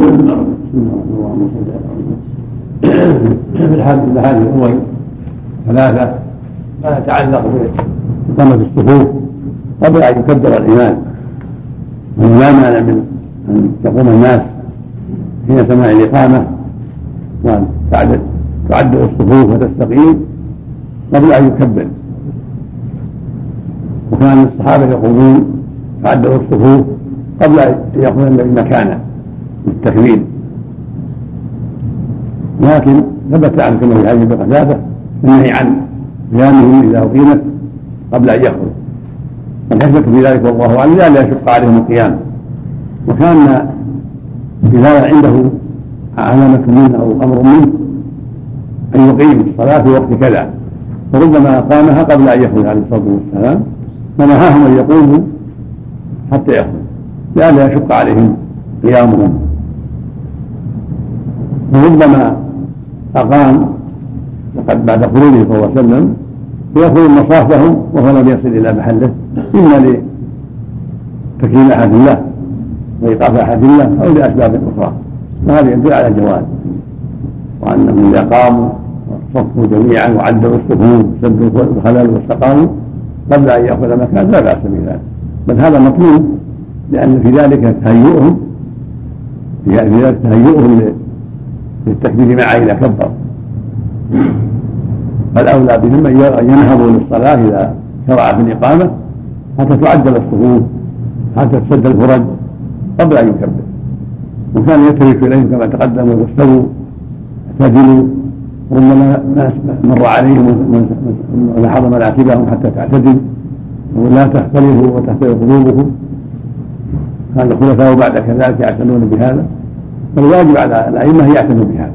[SPEAKER 2] في الحديث الأول ثلاثة ما يتعلق بإقامة الصفوف قبل أن يكبر الإمام ولا مانع من أن تقوم الناس حين سماع الإقامة وأن تعدل الصفوف وتستقيم قبل أن يكبر وكان الصحابة يقومون فعدوا الصفوف قبل أن يأخذ النبي مكانه بالتكبير، لكن ثبت عن كما في حديث قتادة النهي عن قيامهم إذا أقيمت قبل أن يخرج، والحكمة في ذلك والله أعلم لا يشق عليهم القيام. وكان إذا عنده علامة منه أو أمر منه أن يقيم الصلاة في وقت كذا، فربما أقامها قبل أن يخرج عليه الصلاة والسلام، فنهاهم أن يقوموا حتى يخرج لئلا يشق عليهم قيامهم. وربما أقام وقد بعد خروجه صلى الله عليه وسلم ويخرج مصافهم وهو لم يصل إلى محله، إما لتكريم أحد الله وإيقاف أحد الله أو لأسباب أخرى، وهذا يدل على الجواز، وأنهم إذا قاموا صفوا جميعا وعدوا الصفوف وسدوا الخلل واستقاموا قبل أن يأخذ مكان لا بأس بذلك، بل هذا مطلوب، لأن في ذلك تهيئهم في ذلك تهيئهم للتكبير معه إذا كبر. فالأولى بهم أن ينهضوا للصلاة إذا شرع في الإقامة حتى تعدل الصفوف حتى تسد الفرج قبل أن يكبر، وكان يترك إليهم كما تقدموا واستووا اعتدلوا، ربما مر عليهم ولاحظ مناكبهم حتى تعتدل ولا تختلفوا وتختلف قلوبكم. كان الخلفاء بعد كذلك يعتنون بهذا، فالواجب على الأئمة يعتنوا بهذا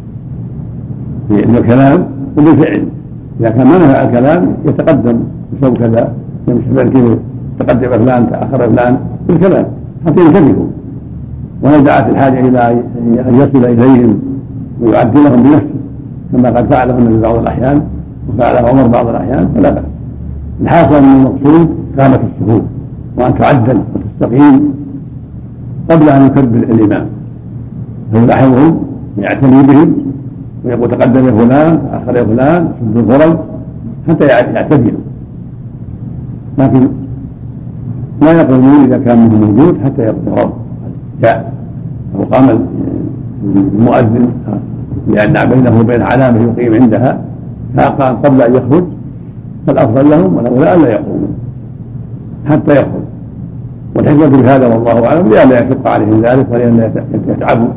[SPEAKER 2] بالكلام وبالفعل. إذا كان منع الكلام يتقدم يسوي كذا يمشي بالكذب، تقدم فلان تأخر فلان بالكلام حتى ينتبهوا، ولو دعت الحاجة إلى أن يصل إليهم ويعدلهم بنفسه كما قد فعله النبي بعض الأحيان وفعله عمر بعض الأحيان فلا بأس. الحاصل أن المقصود قامة الصفوف وأن تعدل وتستقيم قبل أن يكبر الإمام، فيلاحظهم ويعتني بهم ويقول تقدم فلان تأخر فلان سد الفرج حتى يعتدلوا، لكن لا يقومون إذا كان منهم موجود حتى يقضوا جاء أو قام المؤذن لأن بينه وبين علامة يقيم عندها فأقام قبل أن يخرج، فالأفضل لهم والأولى ألا يقوموا حتى يخرج. والحكمة في هذا والله أعلم لئلا يشق عليهم ذلك ولئلا يتعبوا.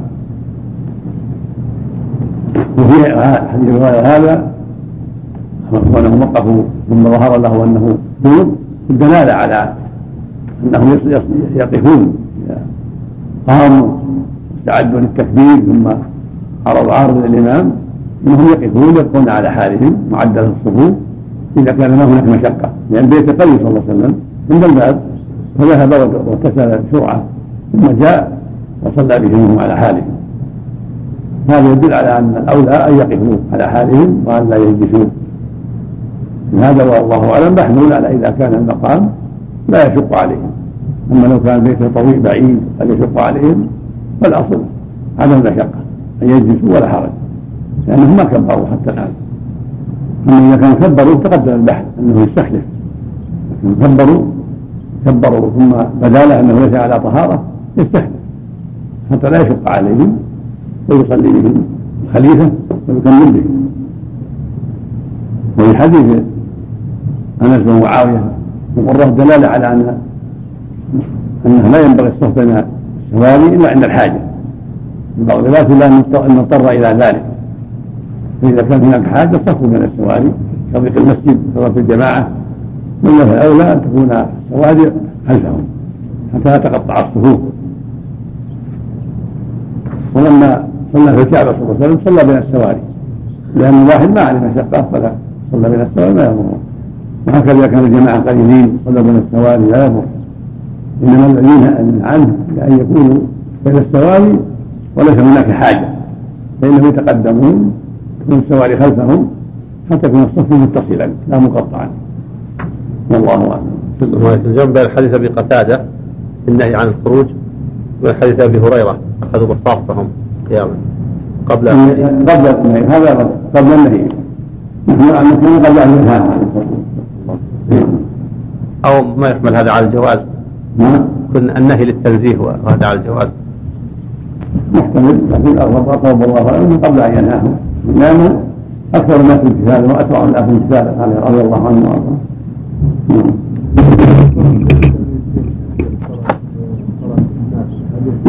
[SPEAKER 2] وفي حديث هذا وأنهم وقفوا ثم ظهر له أنه جنب الدلالة على أنهم يقفون قاموا استعدوا للتكبير ثم عرض عارض الإمام أنهم يقفون يبقون على حالهم معدل الصفوف إذا كان ما هناك مشقة، لأن بيت النبي صلى الله عليه وسلم عند الباب فذهب واغتسل بسرعة ثم جاء وصلى بهم على حالهم. هذا يدل على أن الأولى أن يقفوا على حالهم وأن لا يجلسوا. هذا والله أعلم محمول على إذا كان المقام لا يشق عليهم، أما لو كان بيته طويل بعيد قد يشق عليهم فالأصل عدم المشقة أن يجلسوا ولا حرج، لأنهم ما كبروا حتى الآن. أما إذا كانوا كبروا تقدم البحث أنه يستخلف، لكن كبروا كبروا ثم بدا له أنه ليس على طهارة يستخلف حتى لا يشق عليهم ويصلي بهم الخليفة ويكمل بهم. وفي حديث أنس بن معاوية وقرة دلالة على أن أنه لا ينبغي الصف بين السواري إلا عند الحاجة، بعض الروايات لا أن نضطر إلى ذلك، فإذا كان هناك حاجة صفوا بين السواري كضيق المسجد صلاة الجماعة، وإلا فالأولى أن تكون السواري خلفهم حتى لا تقطع الصفوف. ولما صلى في الكعبة صلى الله عليه وسلم صلى بين السواري لأن الواحد ما علم مشقة فلا صلى بين السواري ما يضر، وهكذا كان الجماعة قليلين صلى بين السواري لا يضر، إنما الذين عنه لأن يكونوا بين السواري وليس هناك حاجة فإنهم يتقدمون تكون السواري خلفهم حتى يكون الصف متصلا لا مقطعا، والله أعلم.
[SPEAKER 8] الجنب بين حديث أبي قتادة النهي عن الخروج وبين حديث أبي هريرة أخذوا مصافهم قياما قبل
[SPEAKER 2] قبل النهي، هذا قبل النهي نحن نكون قبل أن ينهى
[SPEAKER 8] أو ما يحمل هذا على الجواز؟ كن النهي للتنزيه وهذا على الجواز
[SPEAKER 2] محتمل، لكن أقرب الله عنه قبل أن ينهاهم، لأنه أكثر الناس امتثالا وأسرع الناس امتثالا رضي الله عنه وأرضاه.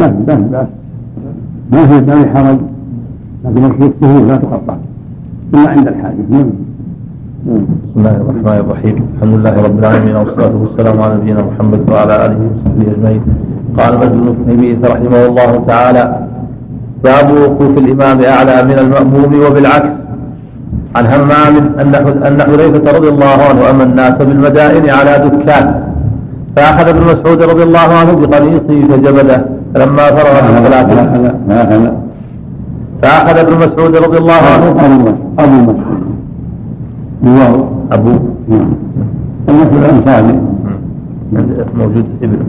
[SPEAKER 2] ما في ما في بأس ما في ما في حرج، لكن مشروط الصفوف لا تقطع إلا عند الحاجة.
[SPEAKER 8] بسم الله الرحمن الرحيم. الحمد لله رب العالمين والصلاة والسلام على نبينا محمد وعلى آله وصحبه أجمعين. قال مجد بن تيمية رحمه الله تعالى: باب وقوف الإمام أعلى من المأموم وبالعكس. عن همام أن حذيفة رضي الله عنه أمر الناس بالمدائن على دكان، فأخذ ابن مسعود رضي الله عنه بقميصه فجبده فلما فرغ من صلاته. فأخذ ابن مسعود رضي الله عنه
[SPEAKER 2] أبو مسعود الله
[SPEAKER 8] أبو
[SPEAKER 2] المسعود الأنصاري
[SPEAKER 8] موجود ابنه.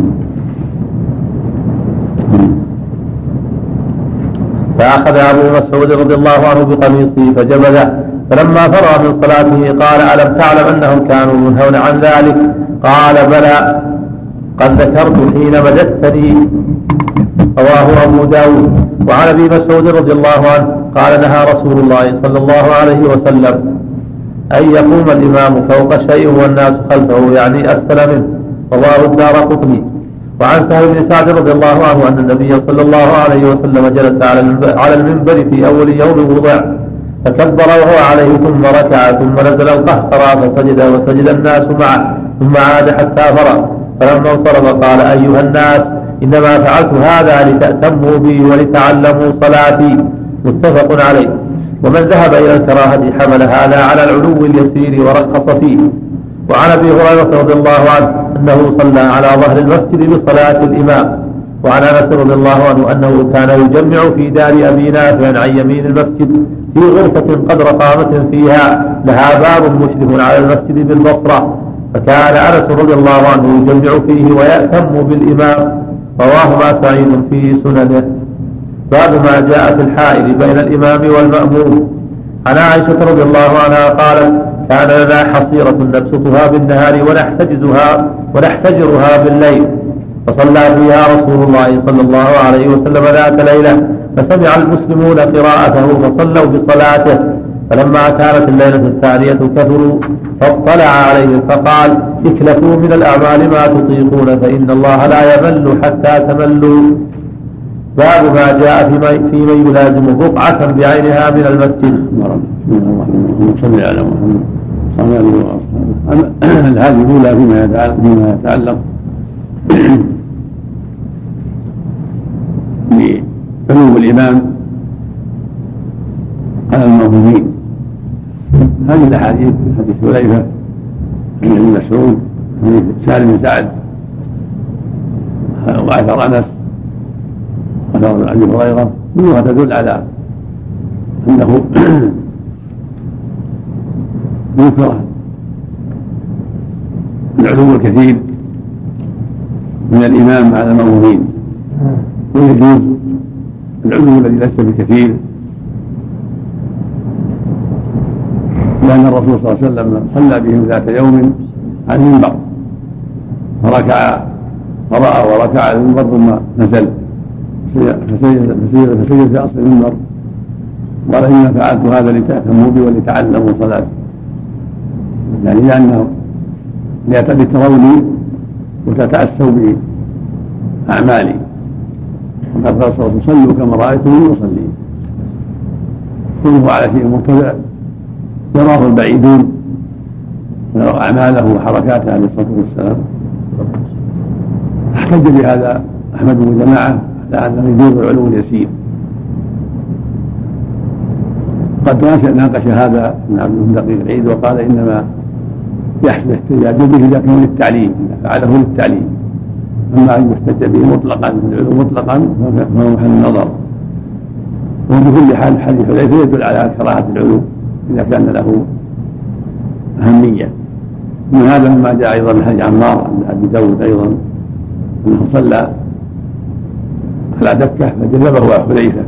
[SPEAKER 8] فأخذ أبو مسعود رضي الله عنه بقميصه فجبده فلما فرغ من صلاته قال: ألم تعلم أنهم كانوا ينهون عن ذلك؟ قال: بلى، قد ذكرت حين مددتني. رواه أبو داود. وعن أبي مسعود رضي الله عنه قال: نهى رسول الله صلى الله عليه وسلم أن يقوم الإمام فوق شيء والناس خلفه، يعني أسفل منه. رواه الدارقطني. وعن سهل بن سعد رضي الله عنه أن النبي صلى الله عليه وسلم جلس على المنبر في أول يوم وضع فكبر وهو عليه ثم ركع ثم نزل القهقرى فسجد وسجد الناس معه ثم عاد حتى فرغ. فلما انصرف قال: أيها الناس، إنما فعلت هذا لتأتموا بي ولتعلموا صلاتي. متفق عليه. ومن ذهب إلى الكراهة حمل هذا على العلو اليسير ورخص فيه. وعن أبي هريرة رضي الله عنه أنه صلى على ظهر المسجد بصلاة الإمام. وعن أنس رضي الله عنه أنه كان يجمع في دار أبي نافع عن يمين المسجد في غرفة قدر قامة فيها لها باب مشرف على المسجد بالبصرة، فكان أنس رضي الله عنه يجمع فيه ويأتم بالإمام. رواه ما سعيد في سننه. باب ما جاء في الحائل بين الإمام والمأموم. عن عائشة رضي الله عنها قالت: كان لنا حصيرة نبسطها بالنهار ونحتجزها ونحتجرها بالليل، فصلى فيها رسول الله صلى الله عليه وسلم ذات ليلة، فسمع المسلمون قراءته فصلوا بصلاته. فلما كانت الليلة الثانية كثروا فاطلع عليهم فقال: اكلفوا من الأعمال ما تطيقون فإن الله لا يمل حتى تملوا. باب ما جاء في من يلازم بقعة بعينها من المسجد.
[SPEAKER 2] صلى على محمد صلى الله عليه وسلم. هذه الأولى فيما يتعلق فيما يتعلق بعلو الإمام على المأمومين. هذه الأحاديث حديث حذيفة عن ابن مسعود، حديث سهل بن سعد، وأثر أنس، وأثر أبي هريرة، كلها تدل على أنه يكره العلو الكثير من الإمام على المأمومين، ويجوز العلو الذي ليس بكثير، لأن الرسول صلى الله عليه وسلم صلى بهم ذات يوم على المنبر فركع قرأ وركع على المنبر ثم نزل فسجد فسجد فسجد في أصل المنبر، قال: إنما فعلت هذا لتأتموا بي ولتعلموا صلاتي، يعني لأنه لتروني وتتأسوا بأعمالي. وقد قال صلى الله عليه وسلم: صلوا كما رأيتموني أصلي. كله على شيء مرتفع يراه البعيدون ويرى أعماله وحركاته عليه الصلاة والسلام. احتج بهذا أحمد وجماعة على أنه يجوز العلو اليسير. قد ناقش هذا ابن عبد الله دقيق العيد وقال: إنما يحصل احتجاج به إذا كان للتعليم، إذا فعله للتعليم، أما أن يحتج به مطلقا العلو مطلقا فهو محل النظر. وبكل حال حديث حذيفة يدل على كراهة العلو إذا كان له أهمية. من هذا ما جاء أيضا من حديث عمار عند أبي داود أيضا أنه صلى على دكة فجذبه حذيفة،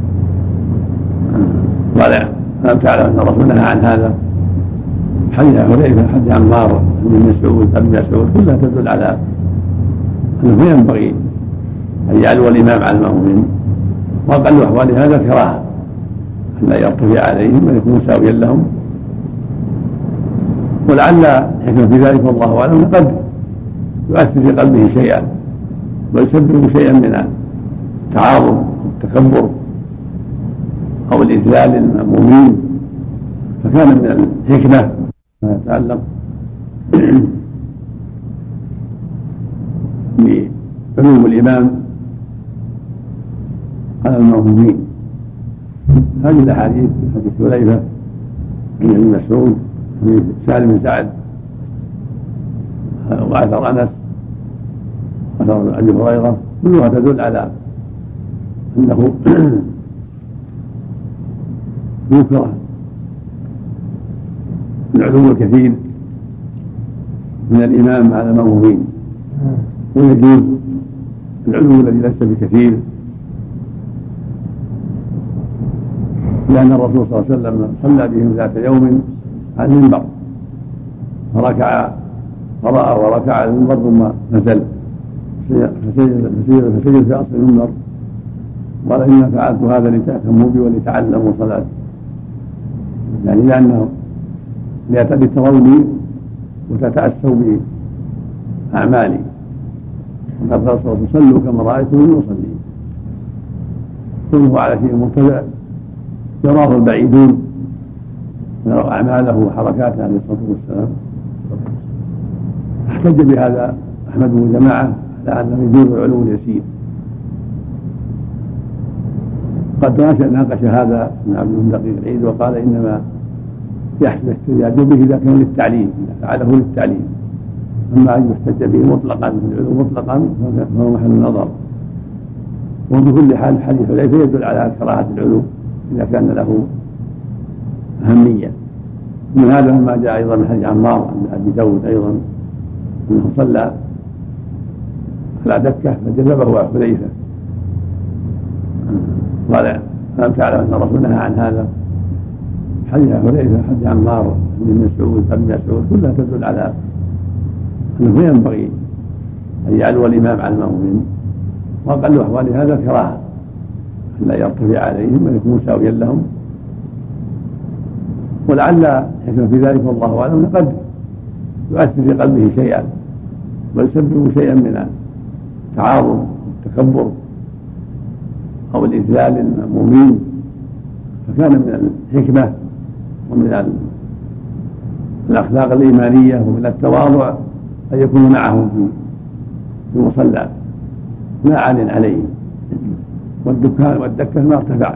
[SPEAKER 2] قال: ألم تعلم أن الرسول نهى عن هذا؟ حديث حذيفة حديث عمار بن مسعود ابن مسعود كلها تدل على أنه ينبغي أن يعلو الإمام على المأمومين، وأقل أحوال هذا كراهة أن لا يرتفع عليهم ويكون مساويا لهم. ولعل حكمة في ذلك والله أعلم قد يؤثر في قلبه شيئا ويسبب شيئا من التعاظم والتكبر أو الإذلال للمأمومين، فكان من الحكمة ما يتعلق بعلوم الإمام على المأمومين. هذه الأحاديث حديث حذيفة عن ابن مسعود، حديث سهل بن سعد، وأثر أنس، وأثر أبي هريرة، كلها تدل على أنه يكره العلو الكثير من الإمام على المأمومين، ويجوز العلو الذي ليس بكثير، لأن الرسول صلى الله عليه وسلم صلى بهم ذات يوم على المنبر فركع قرأ وركع على المنبر ثم نزل فسجد فسجد في أصل المنبر، قال إنما فعلت هذا لتأتموا بي ولتعلموا صلاتي، يعني لأنه ليتبتغوا بي وتتأسوا بأعمالي، وقد قال صلى الله عليه وسلم صلوا كما رأيتموني أصلي. كله على شيء مبتدأ يراه البعيدون ويرى أعماله وحركاته عليه الصلاة والسلام. احتج بهذا أحمد وجماعة على أنه يجوز العلو اليسير. قد ناقش هذا ابن عبد بن دقيق العيد وقال إنما يحسن احتجاج به إذا كان للتعليم، إذا فعله للتعليم، أما أن يحتج به مطلقا في العلو مطلقا فهو محل النظر. وبكل حال حديث حذيفة يدل على كراهة العلو إذا كان له أهمية. من هذا ما جاء أيضا من حديث عمار عند أبي داود أيضا أنه صلى على دكة فجذبه حذيفة قال ألم تعلم أن الرسول نهى عن هذا؟ حديث حذيفة حديث عمار بن مسعود ابن مسعود كلها تدل على أنه ينبغي أن يعلو الإمام على المأمومين، وأقل أحوال هذا كراهة لا يرتفع عليهم ويكون مساويا لهم. ولعل حكمة في ذلك والله أعلم قد يؤثر في قلبه شيئا ويسبب شيئا من التعاظم والتكبر أو الإذلال للمأمومين، فكان من الحكمة ومن الأخلاق الإيمانية ومن التواضع أن يكون معهم في المصلى لا عال عليهم، والدكان والدكة ما ارتفع.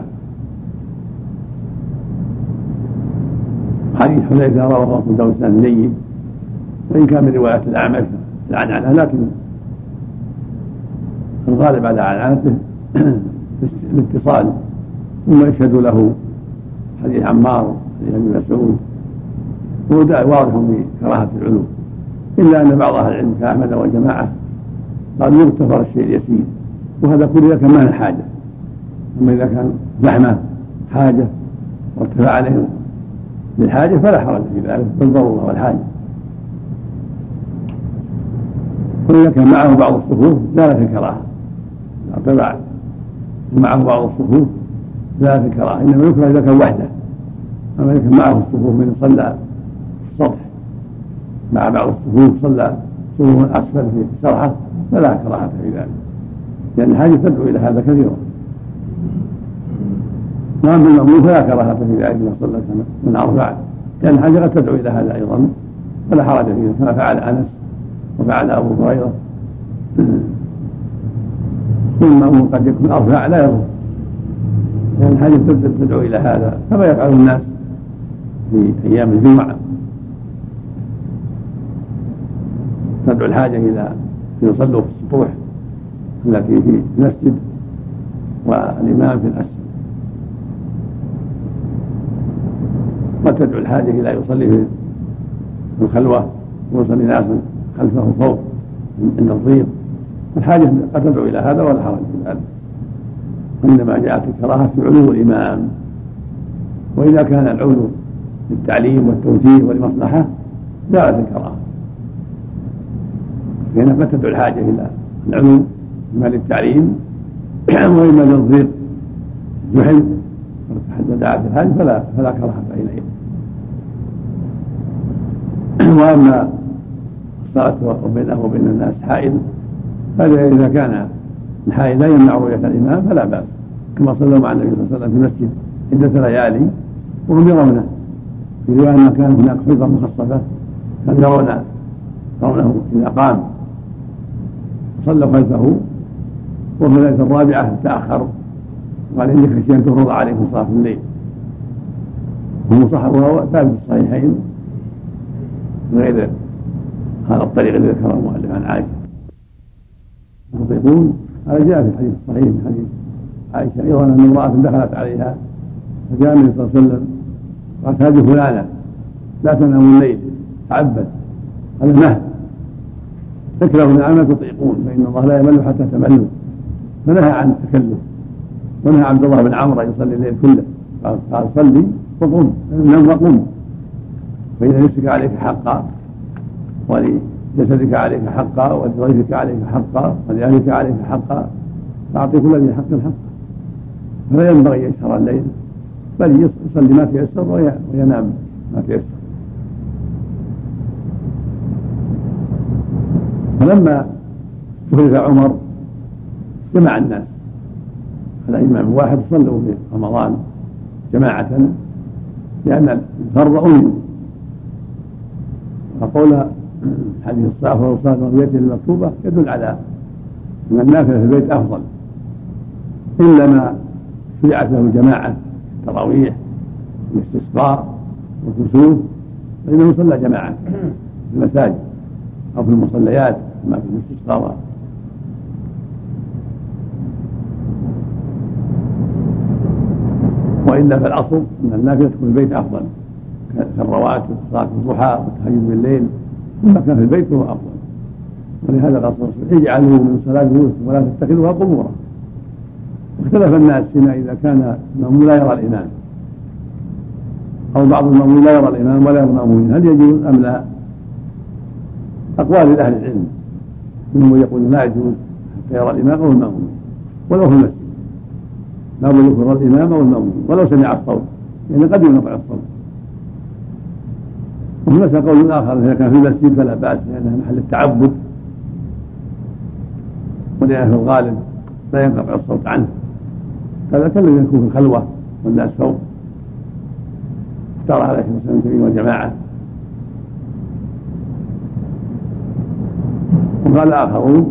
[SPEAKER 2] حديث حذيفة رواه أبو داود بن النيي، وإن كان من رواية الأعمش العنعنة، لكن الغالب على عنعنته الاتصال، ثم يشهد له حديث عمار حديث ابن مسعود، وهو واضح بكراهة العلو، إلا أن بعض أهل العلم كأحمد والجماعة قالوا يغتفر الشيء اليسير، وهذا كله إذا كان ما حاجة. أما إذا كان زحمة حاجة وارتفع عليهم للحاجة فلا حرج في ذلك، بالضرورة والحاجة. وإذا كان معه بعض الصفوف زالت الكراهة، ارتفع معه بعض الصفوف زالت الكراهة، إنما يكره إذا كان وحده. أما إذا كان معه الصفوف من صلى في السطح مع بعض الصفوف صلى صفوف أسفل في الشرحة فلا كراهة في ذلك، لأن الحاجة تدعو إلى هذا كثيرا. وأما المأموم فلا كراهة في ذلك إذا صلى من أربع، لأن الحاجة قد تدعو إلى هذا أيضا، فلا حرج فيه كما فعل أنس وفعل أبو هريرة. والمأموم قد يكون أرفع لا يضر، لأن الحاجة تدعو إلى هذا، كما يفعل الناس في أيام الجمعة، تدعو الحاجة إلى أن يصلوا في السطوح التي في المسجد والإمام في الأسفل، وتدعو الحاجة إلى يصلي في الخلوة ويصلي ناس خلفه فوق عند الضيق. الحاجة قد تدعو إلى هذا ولا حرج في ذلك، وإنما جاءت الكراهة في علو الإمام. وإذا كان العلو للتعليم والتوجيه والمصلحة زالت الكراهة، فهنا قد تدعو الحاجة إلى العلو إما للتعليم وإما للضيق جحل حتى دعت الحاجة فلا فلا كراهة حينئذ. وأما الصلاة وبينه وبين الناس حائل، هذا إذا كان الحائل لا يمنع رؤية الإمام فلا بأس، كما صلوا مع النبي صلى الله عليه وسلم في المسجد عدة ليالي وهم يرونه، في رواية ما كان هناك حجرة مخصصة كانوا يرون يرونه إذا قام صلوا خلفه. وفي الليلة الرابعة تأخر وقال إني خشيت أن تفرض عليكم صلاة الليل، وهو صح وهو ثابت في الصحيحين غير هذا الطريق الذي ذكره المؤلف عن عائشة. يقول هذا جاء في الحديث الصحيح من حديث عائشة أيضا أن امرأة دخلت عليها فجاء النبي صلى الله عليه وسلم قالت هذه فلانة لا تنام الليل تعبد، هذا نهي تكره النعمة تطيقون فإن الله لا يمل حتى تملوا، فنهى عن التكلف. ونهى عبد الله بن عمرو أن يصلي الليل كله، قال صلي وقم نم وقم، فإن نفسك عليك حقا ولجسدك عليك حقا ولضيفك عليك حقا ولأهلك عليك حقا فأعطي كل ذي حق حقا. فلا ينبغي يسهر الليل بل يصلي ما تيسر وينام ما تيسر. فلما استخلف عمر جمع الناس على إمام واحد صلوا في رمضان جماعة لأن الفرض أمن. فقول حديث الصلاة والصلاة وبيته المكتوبة يدل على أن النافلة في البيت أفضل، إلا ما شرعت له جماعة التراويح والاستسقاء والكسوف فإنه صلى جماعة في المساجد أو في المصليات كما في الاستسقاء. وإلا فالأصل أن النافلة تكون في البيت أفضل كالرواتب وصلاة الضحى والتهجد بالليل، كما كان في البيت هو أفضل. ولهذا قال صلى الله عليه وسلم اجعلوا من صلاة بيوتكم ولا تتخذوها قبورا. واختلف الناس فيما إذا كان المأموم لا يرى الإمام أو بعض المأمومين لا يرى الإمام ولا يرى المأمومين هل يجوز أم لا؟ أقوال لأهل العلم، منهم يقول لا يجوز حتى يرى الإمام أو المأمومين ولو في المسجد، لا بد يرى الإمام أو المأمومين ولو سمع الصوت، يعني قد ينقطع الصوت. وفي المسألة قول آخر إذا كان في المسجد فلا بأس لأنها محل التعبد ولأنه في الغالب لا ينقطع الصوت عنه، كذا كالذي يكون في الخلوة والناس فوق. اختار عليه مسلم كريم والجماعة. وقال آخرون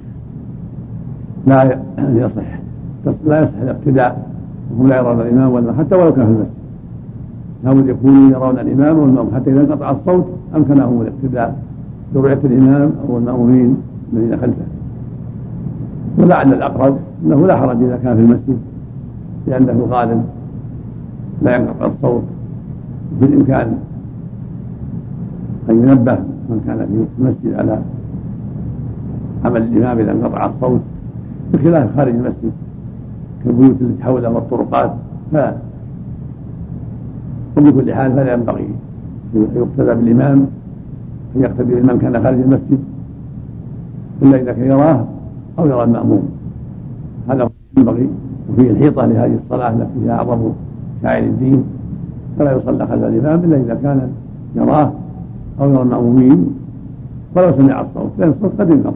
[SPEAKER 2] لا يصح لا يصح الاقتداء وهم لا يرون الإمام ولا حتى ولو كان في المسجد، لابد يكونوا يرون الإمام والمأموم حتى إذا انقطع الصوت أمكنهم الاقتداء برؤية الإمام أو المأمومين الذين خلفه. ولعل الأقرب أنه لا حرج إذا كان في المسجد لأنه الغالب لا ينقطع الصوت، بالإمكان أن ينبه من كان في المسجد على عمل الإمام إذا انقطع الصوت، بخلاف خارج المسجد كالبيوت التي حولها والطرقات. ف وبكل حال فلا ينبغي يقتدى بالإمام أن يقتدي بالإمام كان خارج المسجد إلا إذا كان يراه أو يرى المأموم، هذا ينبغي. وفيه الحيطة لهذه الصلاة التي فيها أعظم شعائر الدين، فلا يصلى خلف الإمام إلا إذا كان يراه أو يرى المأمومين ولو سمع الصوت، لأن الصوت قد ينقطع.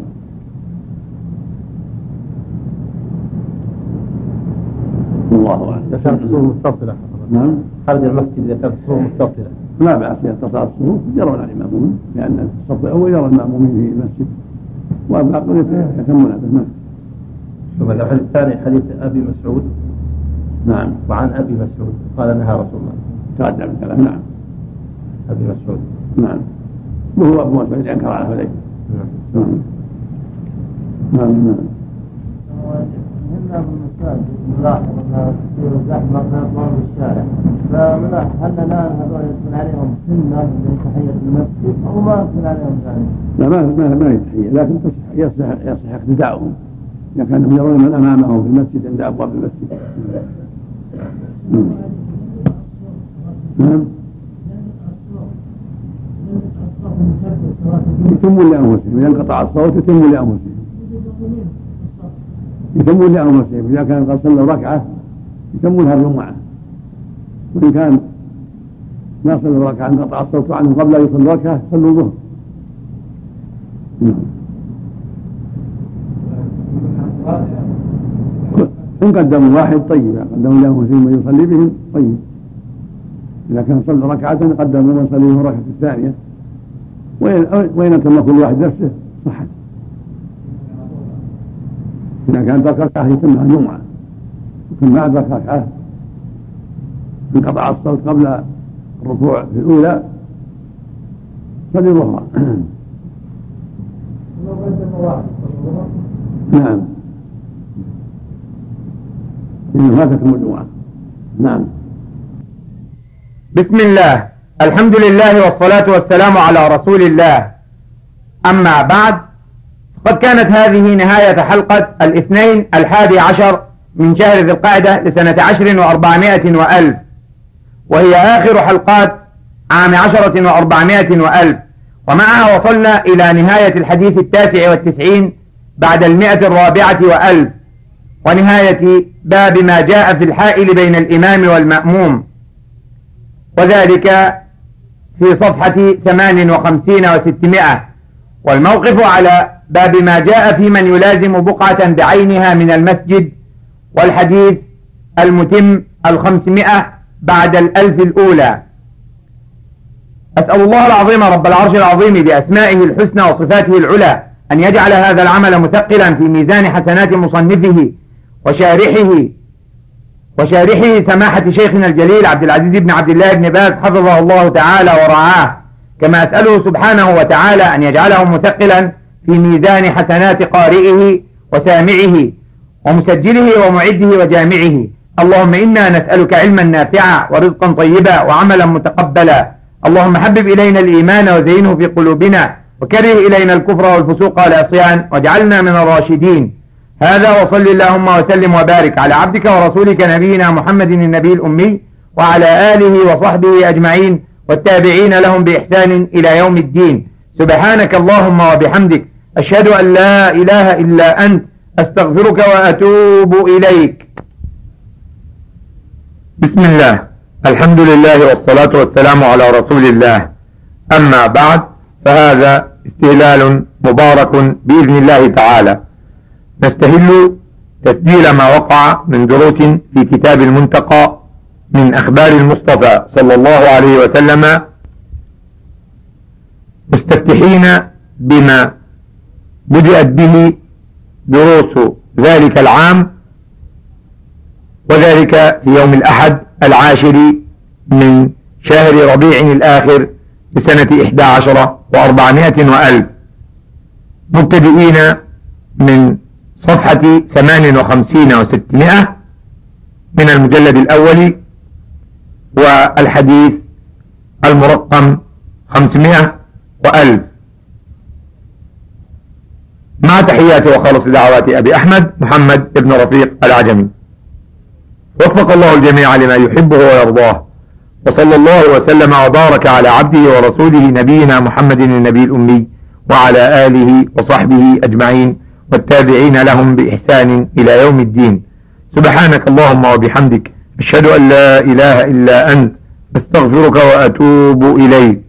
[SPEAKER 2] الله أعلم.
[SPEAKER 8] إذا كانت الصفوف متصلة
[SPEAKER 2] نعم
[SPEAKER 8] خارج المسجد إذا كانت الصفوف متصلة
[SPEAKER 2] لا بأس اتصال الصفوف يرون الإمامون، لأن الصف الأول يرى المأمومين في المسجد والباقون يتمون به.
[SPEAKER 8] ثم الحديث الثاني حديث أبي مسعود.
[SPEAKER 2] نعم.
[SPEAKER 8] وعن أبي مسعود قال نهى رسول الله.
[SPEAKER 2] تقدم الكلام. نعم.
[SPEAKER 8] أبي مسعود.
[SPEAKER 2] نعم. وهو أبو مسعود أنكر على حذيفة.
[SPEAKER 8] نعم.
[SPEAKER 2] نعم. نعم.
[SPEAKER 7] هنا في المساجد نلاحظ أن كثير زحمة في الشارع، فنلاحظ هل الآن هذول يكون عليهم سنة لتحية المسجد أو ما يكون عليهم ذلك؟
[SPEAKER 2] لا ما ما ما يتحية، لكن يصح يصح اقتداؤهم إذا كانوا يرون من أمامهم في المسجد عند أبواب المسجد. نعم. يتمون لأنفسهم، إذا انقطع الصوت يتمون لأنفسهم. يتمون لأنفسهم، إذا كان قد صلوا ركعة يتمونها الجمعة، وإن كان ما صلوا ركعة انقطع الصوت عنه قبل أن يصلوا ركعة صلوا ظهر. إن قدموا واحد طيب، قدموا له ثم يصلي بهم طيب. إذا كان صلى ركعة قدموا من صلي له الركعة الثانية، وإن تم كل واحد نفسه صحت. إذا كانت ركعة يتمها جمعة، وكان بعد ركعة انقطع الصوت قبل الركوع في الأولى صلي الظهر. نعم، إن فاتكم الجمعة. نعم.
[SPEAKER 6] بسم الله، الحمد لله والصلاة والسلام على رسول الله. أما بعد، قد كانت هذه نهاية حلقة الاثنين الحادي عشر من شهر ذي القعدة لسنة عشر وأربعمائة وألف، وهي آخر حلقات عام عشرة وأربعمائة وألف، ومعها وصلنا إلى نهاية الحديث التاسع والتسعين بعد المئة الرابعة وألف، ونهاية باب ما جاء في الحائل بين الإمام والمأموم، وذلك في صفحة ثمان وخمسين وستمائة. والموقف على باب ما جاء في من يلازم بقعة بعينها من المسجد، والحديث المتم الخمسمائة بعد الألف الأولى. أسأل الله العظيم رب العرش العظيم بأسمائه الحسنى وصفاته العلى أن يجعل هذا العمل مثقلا في ميزان حسنات مصنفه وشارحه وشارحه سماحة شيخنا الجليل عبد العزيز بن عبد الله بن باز حفظه الله تعالى ورعاه، كما أسأله سبحانه وتعالى أن يجعله مثقلا في ميزان حسنات قارئه وسامعه ومسجله ومعده وجامعه. اللهم إنا نسألك علما نافعا ورزقا طيبا وعملا متقبلا. اللهم حبب إلينا الإيمان وزينه في قلوبنا، وكره إلينا الكفر والفسوق والعصيان، واجعلنا من الراشدين. هذا، وصل اللهم وسلم وبارك على عبدك ورسولك نبينا محمد النبي الأمي وعلى آله وصحبه أجمعين والتابعين لهم بإحسان إلى يوم الدين. سبحانك اللهم وبحمدك، أشهد أن لا إله إلا أنت، أستغفرك وأتوب إليك. بسم الله، الحمد لله والصلاة والسلام على رسول الله. أما بعد، فهذا استهلال مبارك بإذن الله تعالى. نستهل تسجيل ما وقع من دروس في كتاب المنتقى من أخبار المصطفى صلى الله عليه وسلم، مستفتحين بما بدأت به دروس ذلك العام، وذلك في يوم الأحد العاشر من شهر ربيع الآخر لسنة إحدى عشر وأربعمائة وألف، مبتدئين من صفحة ثمان وخمسين وستمائة من المجلد الأول، والحديث المرقم خمسمائة وألف، مع تحيات وخالص دعوات أبي أحمد محمد بن رفيق العجمي. وفق الله الجميع لما يحبه ويرضاه، وصلى الله وسلم وبارك على عبده ورسوله نبينا محمد النبي الأمي وعلى آله وصحبه أجمعين والتابعين لهم بإحسان إلى يوم الدين. سبحانك اللهم وبحمدك، أشهد أن لا إله إلا أنت، أستغفرك وأتوب إليك.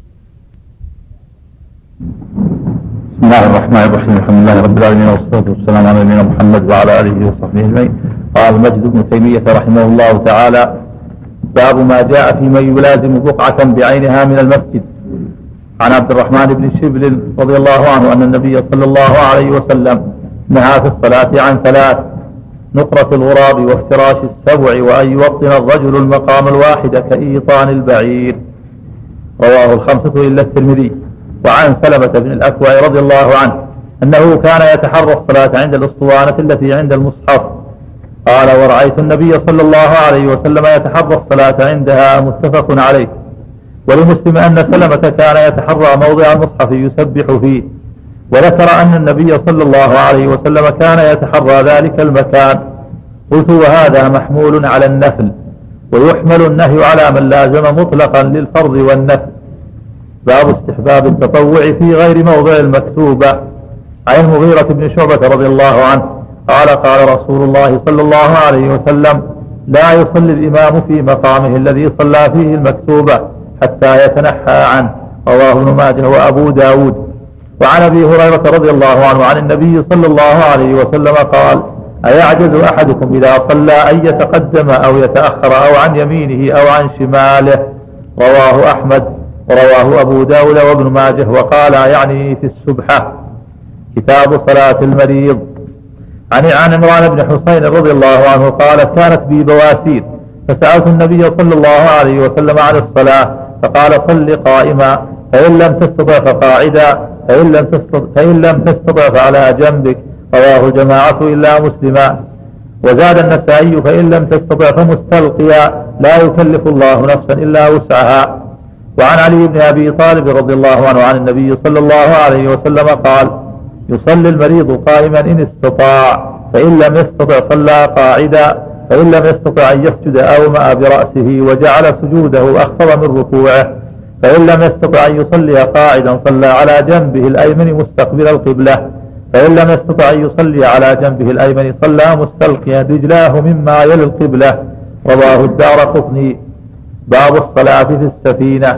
[SPEAKER 8] بسم الله الرحمن الرحيم، الحمد لله رب العالمين، والصلاة والسلام على نبينا محمد وعلى آله وصحبه أجمعين. قال المجد بن تيمية رحمه الله تعالى: باب ما جاء في من يلازم بقعة بعينها من المسجد. عن عبد الرحمن بن شبل رضي الله عنه أن النبي صلى الله عليه وسلم نهى في الصلاة عن ثلاث: نقرة الغراب وافتراش السبع، وأن يوطن الرجل المقام الواحد كإيطان البعير. رواه الخمسة إلا الترمذي. وعن سلمة بن الأكوع رضي الله عنه أنه كان يتحرى الصلاة عند الأسطوانة التي عند المصحف. قال: ورأيت النبي صلى الله عليه وسلم يتحرى الصلاة عندها، متفق عليه. ولمسلم أن سلمة كان يتحرى موضع المصحف يسبح فيه. وذكر أن النبي صلى الله عليه وسلم كان يتحرى ذلك المكان. قلت: وهذا محمول على النفل، ويحمل النهي على من لازم مطلقا للفرض والنفل. باب استحباب التطوع في غير موضع المكتوبة. عن المغيرة بن شعبة رضي الله عنه قال: قال رسول الله صلى الله عليه وسلم: لا يصلي الإمام في مقامه الذي صلى فيه المكتوبة حتى يتنحى عنه. رواه ابن ماجه وأبو داود.
[SPEAKER 3] وعن أبي هريرة رضي الله عنه عن النبي صلى الله عليه وسلم قال: أيعجز أحدكم إذا صلى أن يتقدم أو يتأخر أو عن يمينه أو عن شماله؟ رواه أحمد ورواه أبو داود وابن ماجه، وقال يعني في السبحة. كتاب صلاة المريض. عن عن عمران بن حسين رضي الله عنه قال: كانت بي بواسير فسألت النبي صلى الله عليه وسلم عن الصلاة فقال: صل قائما، فإن لم تستطع فقاعدا، فإن لم تستطع, فإن لم تستطع فعلى جنبك. رواه الجماعة إلا مسلما. وزاد النسائي: فإن لم تستطع فمستلقيا، لا يكلف الله نفسا إلا وسعها. وعن علي بن أبي طالب رضي الله عنه عن النبي صلى الله عليه وسلم قال: يصلي المريض قائما إن استطاع، فإن لم يستطع صلى قاعدا، فإن لم يستطع أن يسجد أومأ برأسه وجعل سجوده أخفض من ركوعه، فإن لم يستطع أن يصلي قاعدا صلى على جنبه الأيمن مستقبل القبلة، فإن لم يستطع أن يصلي على جنبه الأيمن صلى مستلقيا رجلاه مما يلي القبلة. رواه الدارقطني. باب الصلاة في السفينة.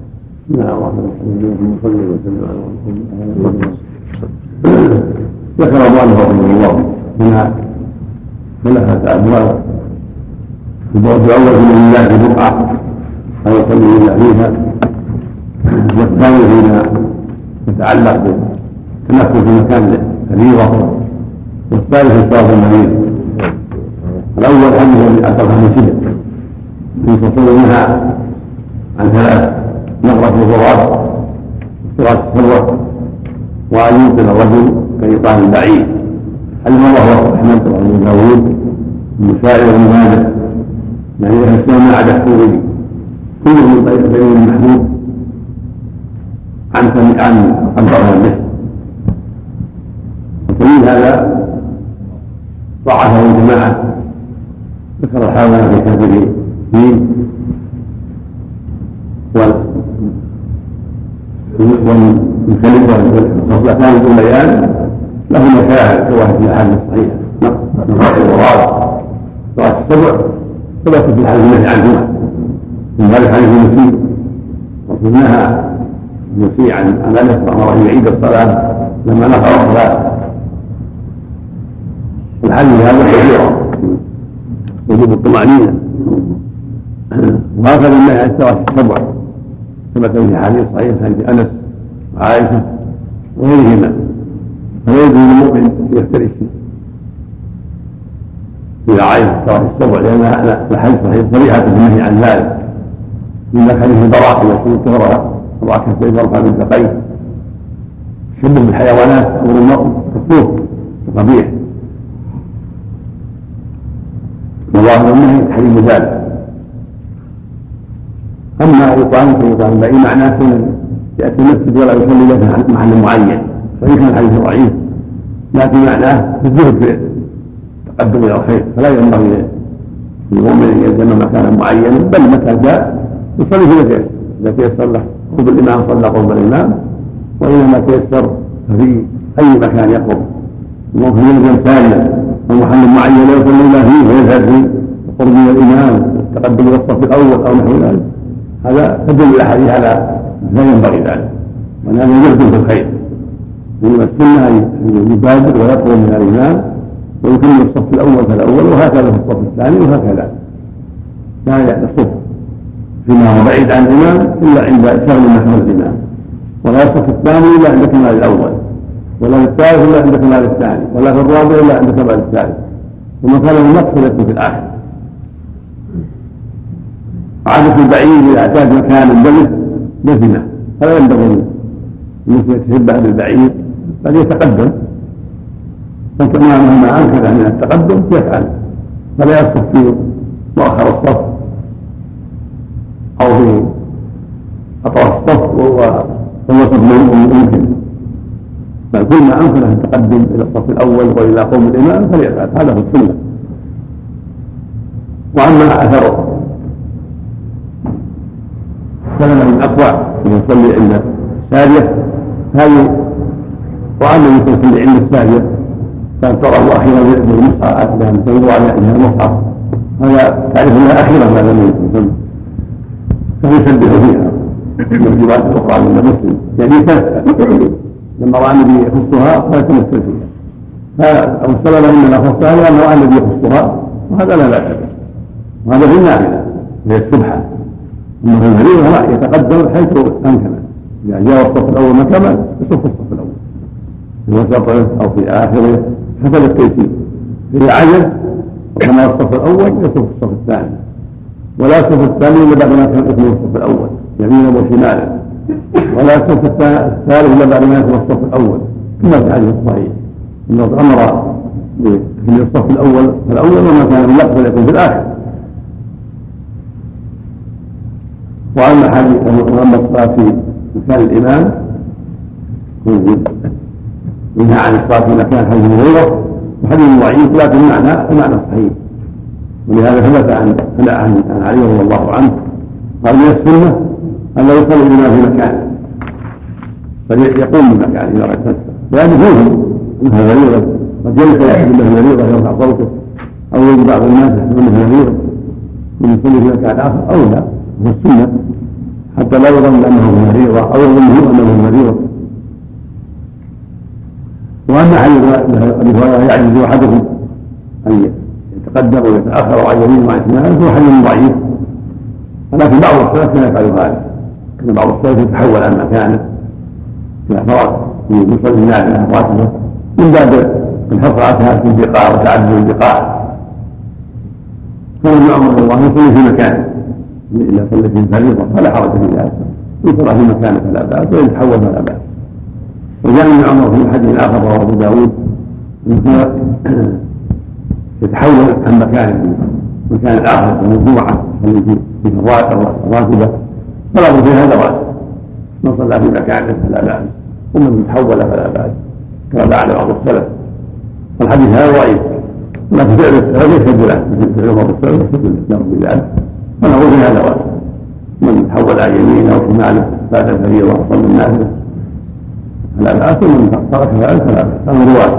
[SPEAKER 2] ذكر مؤلف رحمه الله منها ثلاثة أبواب. الباب الأول من الله بقعة أو يصلي إلا فيها، والثاني فيما يتعلق بالتنفس في مكان فريضة، والثالث الصلاة المريض. الأول حديث الذي أثر عن شبه في فصول منها عن ثلاث: نقرة الغراب، وافتراش الثروة، وأن يوقن الرجل كإيطان البعيد. المرة هو أحمد وأبو داود والنسائي وابن ماجه، يعني أهل السنة ما عدا الثوري، كل من بين المحبوب عن عن قدرها به. وكل هذا ضعفه الجماعة. ذكر الحاول في كتابه فيه والمكلف والخصلتان الأوليان له مشاهد كواحد من الأحاديث الصحيحة. نقرأ الغراب قراءة السبع ثبت في الحديث النهي عنهما، من ذلك حديث المسيء وقلناها المسيء عن عمله وأمر أن يعيد الصلاة لما نقرأ الصلاة. الحديث هذا كثيرا وجوب الطمأنينة، وهكذا النهي عن التراش السبع ثبت في حديث صحيح حديث أنس وعائشة وغيرهما. فلا يجوز للمؤمن يفترش إذا عايز التراش السبع، لأن الحديث صحيح صريحة في النهي عن ذلك. من حديث البراء التي كبرها أضع كفيه ورفع بالتقين، شبه بالحيوانات أمر المرء مكروه قبيح. وظاهر النهي تحريم ذلك. أما إيطان فإيطان بأي معناه يأتي المسجد ولا يصلي له في محل معين، فإن كان الحديث ضعيف لكن معناه في الزهد في التقدم إلى الخير، فلا ينبغي للمؤمن أن يلزم مكانا معينا، بل متى جاء يصلي في مكانه. إذا تيسر له قرب الإمام صلى قرب الإمام، وإنما تيسر ففي أي مكان يقرب، وفي يلزم ثانيا ومحل معين لا يصلي الا فيه ويذهب في قرب من الامام التقدم الى الصف الاول او نحو ذلك. هذا تدل الاحاديث على لا ينبغي ذلك، وان هذا يجد في الخير. انما السنه ان يبادر ويقرب من الامام ويكمل الصف الاول فالاول، وهكذا في الصف الثاني، وهكذا لا يصف فيما هو بعيد عن الامام الا عند شغل نحو الامام، ولا يصف الثاني الا عند كمال الاول، ولا في الثالث الا عند كمال الثاني، ولا في الرابع الا عند كمال الثالث، وما كان النقص يكون في الاخر. عادة البعيد اذا اعتاد مكان الجلس دفنه، فلا ينبغي مثل يتشبه بالبعيد بل يتقدم، فكما مهما امكن من التقدم يفعل، فلا يصف في مؤخر الصف او في اطراف الصف وهو وصف ممكن، بل كل ما امكن ان التقدم الى الصف الاول والى قوم الامام فليفعل، هذا هو السنه. واما اثره كلمه من الاقوى يصلي عند الساريه هذه، واما يصلي عند الساريه كان ترى الله اخيرا بالمصحف لان تنظر على المصحف، هذا تعرف انها اخيرا بعد النبي صلى الله عليه وسلم، فيسبح فيها من الروايات الاخرى من مسلم يعني كافه لما راى النبي يخصها فيتمثل فيها، او السبب انما خصها لان راى النبي يخصها، وهذا لا باس به، وهذا في النافله هي السبحه. اما في الفريضه لا، يتقدم حيث امكن، اذا جاء الصف الاول ما كمل يصف الصف الاول في وسطه او في اخره حسب التيسير. اذا عجز وكمل الصف الاول يصف الصف الثاني، ولا يصف الثاني الا بعد ما كان يكمل الصف الاول يمينا وشمالا، ولا يصف الثالث الا بعد ما يكمل الصف الاول، كما في الحديث الصحيح انه امر في الصف الاول فالاول وما كان من لقب يكون في الاخر. واما حديث واما الصلاه في مكان الامام منها عن الصلاه في مكان حديث غيره وحديث ضعيف، لكن المعنى المعنى صحيح. ولهذا ثبت عن عن علي رضي الله عنه قال من السنه ان لا يصلي الامام في مكانه بل يقوم بمكانه اذا رأيت، لانه فيه انها فريضه، قد جلس يحسب انها فريضه يرفع صوته، او يجد بعض الناس يحسب انها فريضه من يصلي في مكان اخر او لا، هو السنه حتى لا يظن انه فريضه او يظنه انه فريضه. واما حديث ابي هريره يعجز احدكم ان يتقدم ويتاخر عن يمين وعن شمال فهو حديث ضعيف، ولكن بعض السلف كان يفعل ذلك، كان بعض السلف يتحول عن مكانه في فرض في مصلي النافله راتبه من باب الحفظ على في البقاع وتعدد البقاع. كان ابن عمر رضي الله عنه يصلي في مكانه اذا صلى في الفريضه فلا حرج في ذلك، يصلى في مكانه فلا باس، وان يتحول فلا باس. وجاء ابن عمر في حديث اخر رواه ابو داود انه يتحول عن مكانه مكان الاخر موضوعه يصلي في الراتبه فلا بد في هذا الراتب، من صلى في مكانه فلا باس، ومن تحول فلا باس كما فعل بعض السلف. والحديث هذا ضعيف، ولكن فعل السلف يشهد له، فعل بعض السلف يشهد له بذلك، فنقول في هذا الراتب من تحول عن يمينه او شماله بعد الفريضه وصلى النافله فلا باس، ومن ترك ذلك فلا باس، امر واسع.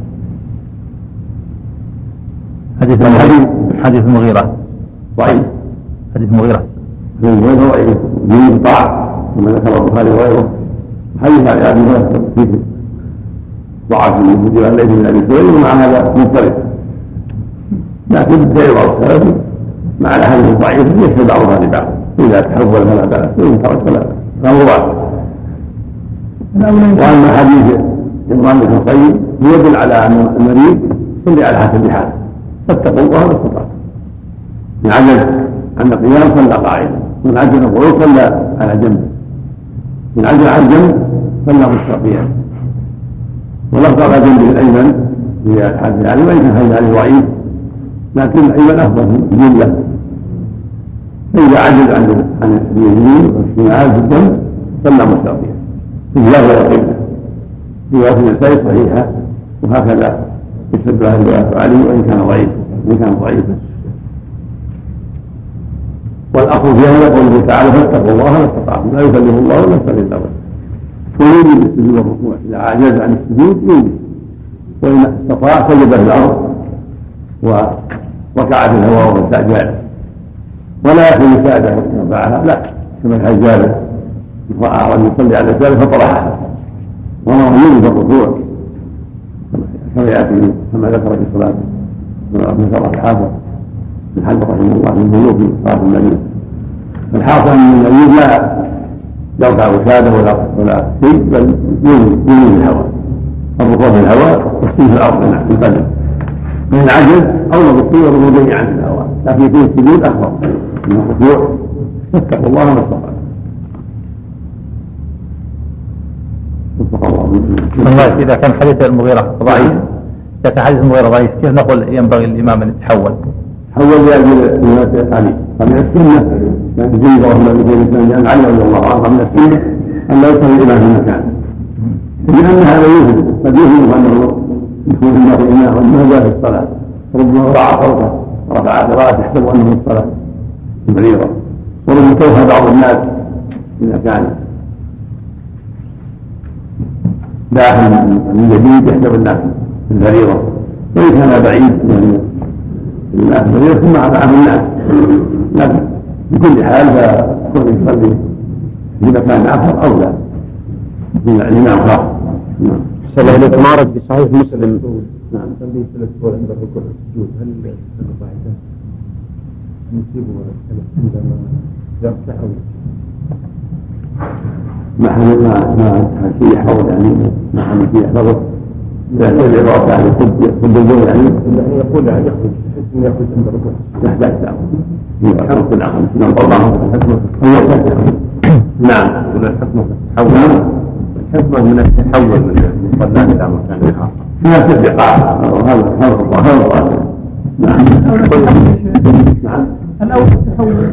[SPEAKER 8] حديث المغيرة حديث المغيرة
[SPEAKER 2] ضعيف،
[SPEAKER 8] حديث المغيرة
[SPEAKER 2] حديث المغيرة ضعيف من طاعة كما ذكر البخاري وغيره. حديث علي ابي هريرة فيه ضعف من وجوه الليث بن ابي سعيد، ومع هذا مضطرب، لكن دليل بعض السلف مع الاحاديث الضعيفة يشهد بعضها لبعض، اذا تحول فلا باس وان ترك فلا باس، فهو واحد. واما حديث عمران بن حصين يدل على ان المريض يصلي على حسب حاله، فاتقوا الله ما استطعتم. من عجز عن القيام صلى قاعدا، من عجز عن القعود صلى على جنب، من عجز عن جنب صلى مستقيما. ولفظ على جنبه الايمن في الحديث علي وان كان حديث علي ضعيف، لكن الايمن افضل في الجمله. فاذا عجز عن عن اليمين والشمال في الجنب صلى مستقيما في الجهه والقبله. في روايه النسائي صحيحه، وهكذا يشهد لها روايه علي وان كان ضعيف وان كان ضعيفا. والاصل في هذا قوله تعالى فاتقوا الله ما استطعتم، لا يكلف الله نفسا الا وسعها. ويوجب السجود والركوع، اذا عجز عن السجود يوجب، وان استطاع سجد في الارض وركع في الهواء واستعجل، ولا يكون يساعده يرفعها، لا كما في حجاج راى رجل يصلي على الجبل فطرحها وهو يوجب الركوع كما ياتي كما ذكر في صلاه من شرح الحافظ بن حجر رحمه الله من ملوك صلاه المدينه. فالحاصل ان المريض لا يرفع وساده ولا ولا شيء، بل يوجب الهواء، الركوع في الهواء والسجود في الارض في القدم. فان عجز اولى بالسجود والركوع جميعا في الهواء، لكن يكون السجود اخفض من الركوع. فاتقوا الله ما استطعتم.
[SPEAKER 8] الله إذا كان حديث المغيرة ضعيف، إذا كان حديث المغيرة ضعيف كيف نقول ينبغي الإمام أن يتحول؟
[SPEAKER 2] تحول لأجل رواية علي، فمن السنة لأن جيد رحمه الله لأن علي رضي الله عنه من السنة أن لا يصلي الإمام في مكان، لأن هذا يوهم قد يوهم أنه يكون الناس إمام وأنه جاء في الصلاة، ربما رفع صوته ورفع قراءته يحسب أنه الصلاة مريضة، وربما توهى بعض الناس إذا كان داخل من جديد يحسب الناس في الفريضة، وإن كان بعيد من الناس الفريضة ثم معه الناس، لكن بكل حال فكون يصلي في مكان آخر أولى من الإمام خاص
[SPEAKER 6] أحسن الله إليك. ما ورد في صحيح مسلم.
[SPEAKER 1] نعم. تنبيه ثلاث فور عند الركوع والسجود، هل هل قاعدة نسيبه عندما يركع أو
[SPEAKER 2] ما حمل ما ما شيء يحفظ يعني ما حمل شيء يحفظه يعتذر الرأس يعني يخرج الجو يعني
[SPEAKER 1] يقول يعني يخرج يحس إنه يخرج عند الركوع
[SPEAKER 2] يحتاج يحرك العقل من الله. نعم.
[SPEAKER 1] ولا الحكمة تتحول الحكمة من التحول من صلاة إلى مكان آخر
[SPEAKER 2] ما تبقى وهذا هذا هذا. نعم. نعم.
[SPEAKER 9] الأول التحول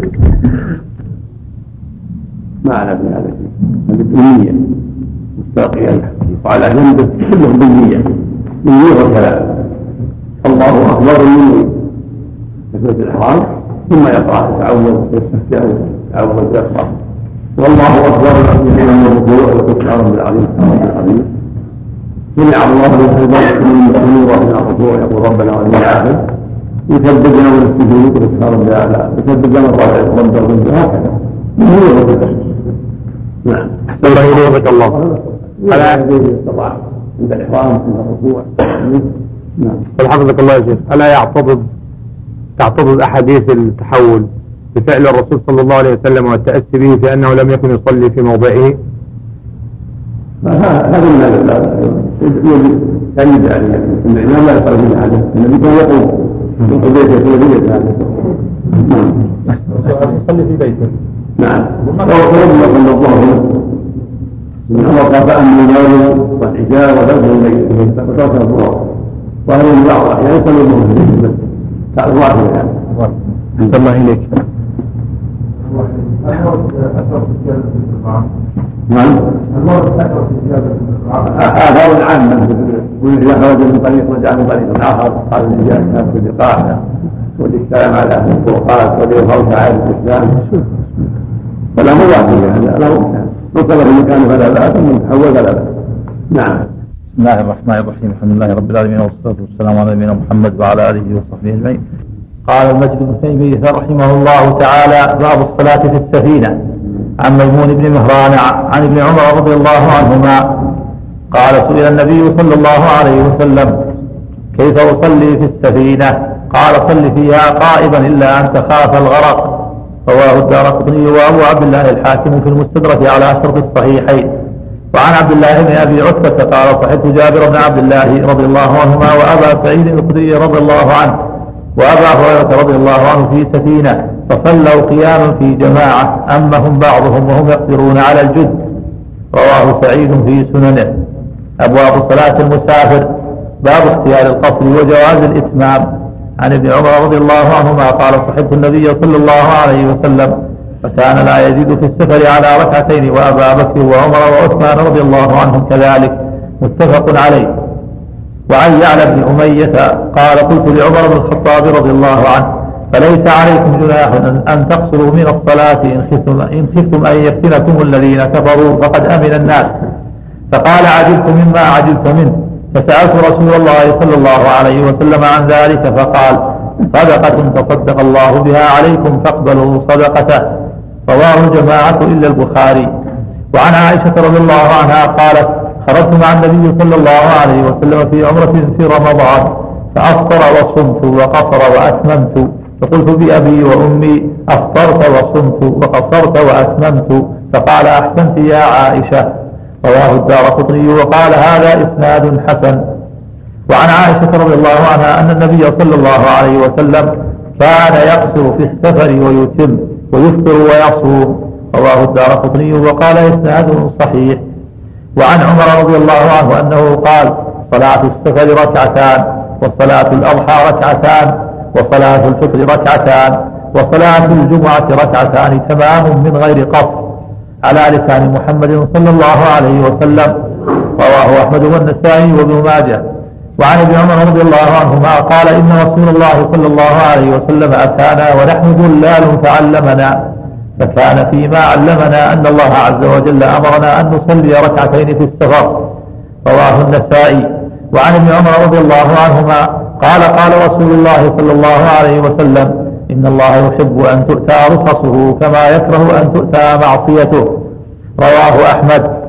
[SPEAKER 2] ما على في هذا الشيء هذه بالنية مستلقيا وعلى جنبه كلهم بالنية بالنية والكلام. الله أكبر من تكبيرة الإحرام ثم يقرأ يتعوذ ويستفتح ويتعوذ ويقرأ والله أكبر من الركوع وتكبر بالعظيم العظيم. سمع الله لمن المسلمين ومن الركوع يقول ربنا ولنا العافية يكبرنا من السجود وتكبر بالأعلى يكبرنا الرابع ربنا ولنا هكذا. نعم.
[SPEAKER 6] أحسن الله إليك الله.
[SPEAKER 2] ألا يستطاع عند الإحرام عند الركوع. نعم.
[SPEAKER 6] حفظك الله يا شيخ. ألا يعتضد تعتضد أحاديث التحول بفعل الرسول صلى الله عليه وسلم والتأسي به في أنه لم يكن يصلي في موضعه؟
[SPEAKER 2] هذا من كان يعني ان الامام لا يصلي في هذا النبي كان يقوم يقول بيته في بيته هذا. نعم.
[SPEAKER 1] يصلي في بيته.
[SPEAKER 2] نعم. لو فرضنا ان الظهر من امر فان النوم والعشاء وذبح البيت فترك الظهر وهذا من بعض الاحيان يصلي الظهر في بيته بس تعرف واحد يعني.
[SPEAKER 6] أحسن الله إليك.
[SPEAKER 2] نعم. آثار عامة وإذا خرج من طريق رجع من طريق آخر قال الرجال في اللقاء والاستلام على الفروقات والإظهار على الإسلام فلا مضاعف هذا لا ممكن نطلب المكان فلا بأس ومن تحول فلا بأس. نعم.
[SPEAKER 8] بسم الله الرحمن الرحيم. الحمد لله رب العالمين والصلاة والسلام على نبينا محمد وعلى آله وصحبه أجمعين. قال المجد بن تيمية رحمه الله تعالى: باب الصلاة في السفينة. عن ميمون بن مهران عن ابن عمر رضي الله عنهما قال: سئل النبي صلى الله عليه وسلم: كيف أصلي في السفينة؟ قال: صل فيها قائما إلا أن تخاف الغرق. رواه الدارقطني وأبو عبد الله الحاكم في المستدرك على شرط الصحيحين. وعن عبد الله بن أبي عتبة قال: صحبت جابر بن عبد الله رضي الله عنهما وأبا سعيد الخدري رضي الله عنه وأبا هريرة رضي الله عنه في سفينة فصلوا قياما في جماعة أمهم بعضهم وهم يقدرون على الجد. رواه سعيد في سننه. أبواب صلاة المسافر. باب اختيار القصر وجواز الإتمام. عن ابن عمر رضي الله عنهما قال: صحبت النبي صلى الله عليه وسلم فكان لا يزيد في السفر على ركعتين وأبا بكر وعمر وعثمان رضي الله عنهم كذلك. متفق عليه. وعن يعلى بن أمية قال: قلت لعمر بن الخطاب رضي الله عنه: فليس عليكم جناح أن تقصروا من الصلاة إن خفتم, إن خفتم أن يفتنكم الذين كفروا فقد أمن الناس. فقال: عجلت مما عجلت منه. فسألت رسول الله صلى الله عليه وسلم عن ذلك فقال: صدقة تصدق الله بها عليكم فاقبلوا صدقته. رواه الجماعة إلا البخاري. وعن عائشة رضي الله عنها قالت: خرجت مع النبي صلى الله عليه وسلم في عمرة في رمضان فأفطر وصمت وقصر وأتممت فقلت بأبي وأمي: أفطرت وصمت وقصرت وأتممت. فقال: أحسنت يا عائشة. رواه الدارقطني وقال: هذا إسناد حسن. وعن عائشة رضي الله عنها أن النبي صلى الله عليه وسلم كان يقصر في السفر ويتم ويفطر ويصوم. رواه الدارقطني وقال: إسناد صحيح. وعن عمر رضي الله عنه أنه قال: صلاة السفر ركعتان وصلاة الأضحى ركعتان وصلاة الفطر ركعتان وصلاة الجمعة ركعتان تمام من غير قصر على لسان محمد صلى الله عليه وسلم. رواه أحمد والنسائي وابن ماجه. وعن ابن عمر رضي الله عنهما قال: إن رسول الله صلى الله عليه وسلم أتانا ونحن ضلال فعلمنا، فكان فيما علمنا أن الله عز وجل أمرنا أن نصلي ركعتين في السفر. رواه النسائي. وعن ابن عمر رضي الله عنهما قال: قال رسول الله صلى الله عليه وسلم: إن الله يحب أن تؤتى رخصه كما يكره أن تؤتى معصيته. رواه أحمد.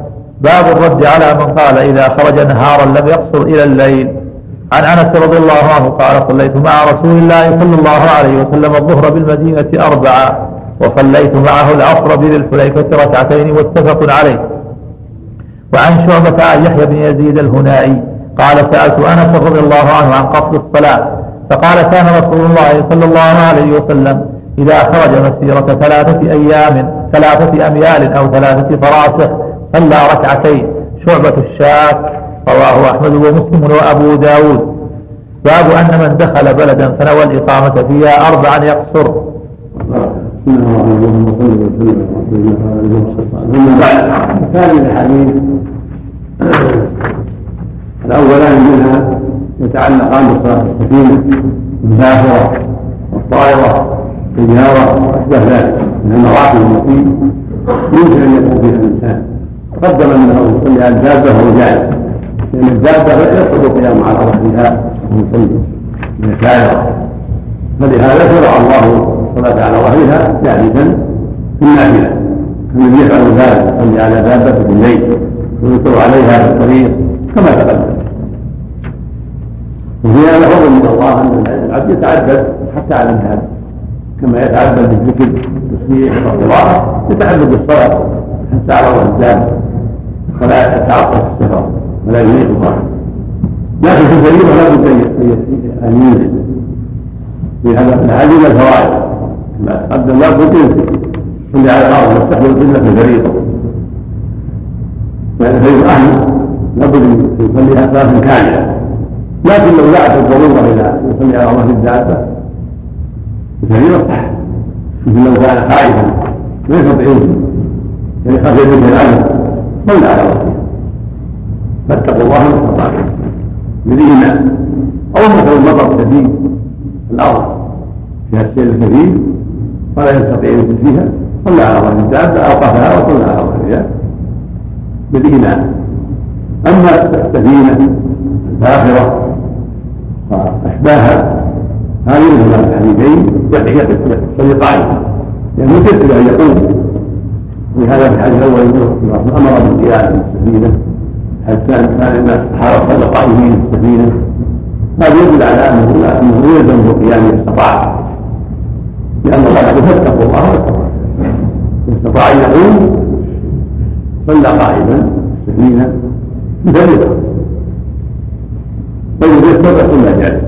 [SPEAKER 3] باب الرد على من قال إذا خرج نهارا لم يقصر إلى الليل. عن أنس رضي الله عنه قال صليت مع رسول الله صلى الله عليه وسلم الظهر بالمدينة أربعة وصليت معه العصر بذي الحليفة ركعتين متفق عليه. وعن شعبة عن يحيى بن يزيد الهنائي قال سألت أنس رضي الله عنه عن قصر الصلاة فقال كان رسول الله صلى الله عليه وسلم إذا خرج مسيرة ثلاثة أيام ثلاثة أميال أو ثلاثة فراسخ صلى ركعتين. شعبة الشاك رواه أحمد ومسلم وأبو داود. باب أن من دخل بلدا فنوى الإقامة فيها أربعا يقصر.
[SPEAKER 2] هذه الحديث الأولان منها يتعلقان بصلاة السفينة والباخرة والطائرة والسيارة وأشبه ذلك من المراكب التي يمكن أن يكون فيها الإنسان. قدم أنه يصلي على الدابة وهو جالس لأن الدابة يصعب القيام على ظهرها ويصلي من السائرة فلهذا شرع الله الصلاة على ظهرها جالسا في النافلة كمن يفعل ذلك يصلي على دابة في الليل ويذكر عليها في الطريق كما تقدم. وفي هذا فضل من الله أن العبد يتعبد حتى على الدابة كما يتعبد بالذكر والتسبيح والقراءة يتعبد بالصلاة حتى على ظهر الدابة فلا يتعطل في السفر ولا يميتها. لكن في الفريضة لا بد أن ينزل في هذا الحديث من الفوائد كما تقدم لا بد ينزل صلي على الأرض واستحمل القبلة في الفريضة فإن الفريضة أهل لا بد أن يصليها صلاة كاملة. لكن لو دعت الضرورة إلى يصلي على ظهر الدابة الفريضة صح مثل لو كان خائفا لا يستطيع ينزل يعني خاف يدرك الأمر صلى على ظهره. فاتقوا الله ما استطعتم بالإيمان. أو مثل المطر الشديد الأرض فيها السيل الكثير ولا يستطيع ينزل فيها صلى على ظهر الدابة أوقفها وصلى على ظهرها بالإيمان. أما السفينة الباخرة وأشباهها هذه من الحديثين يقف يصلي قائما لأنه يكفي أن يقوم. ولهذا في الحديث الأول أمر بالقيام في السفينة حتى كان الناس الصحابة صلى قائمين في السفينة. هذا يدل على أنه يلزم بالقيام إن استطاع لأن الله يقول فاتقوا الله ما استطاع. إن استطاع أن يقوم صلى قائما في السفينة بفريضة طيب يستطيع صلى جالسا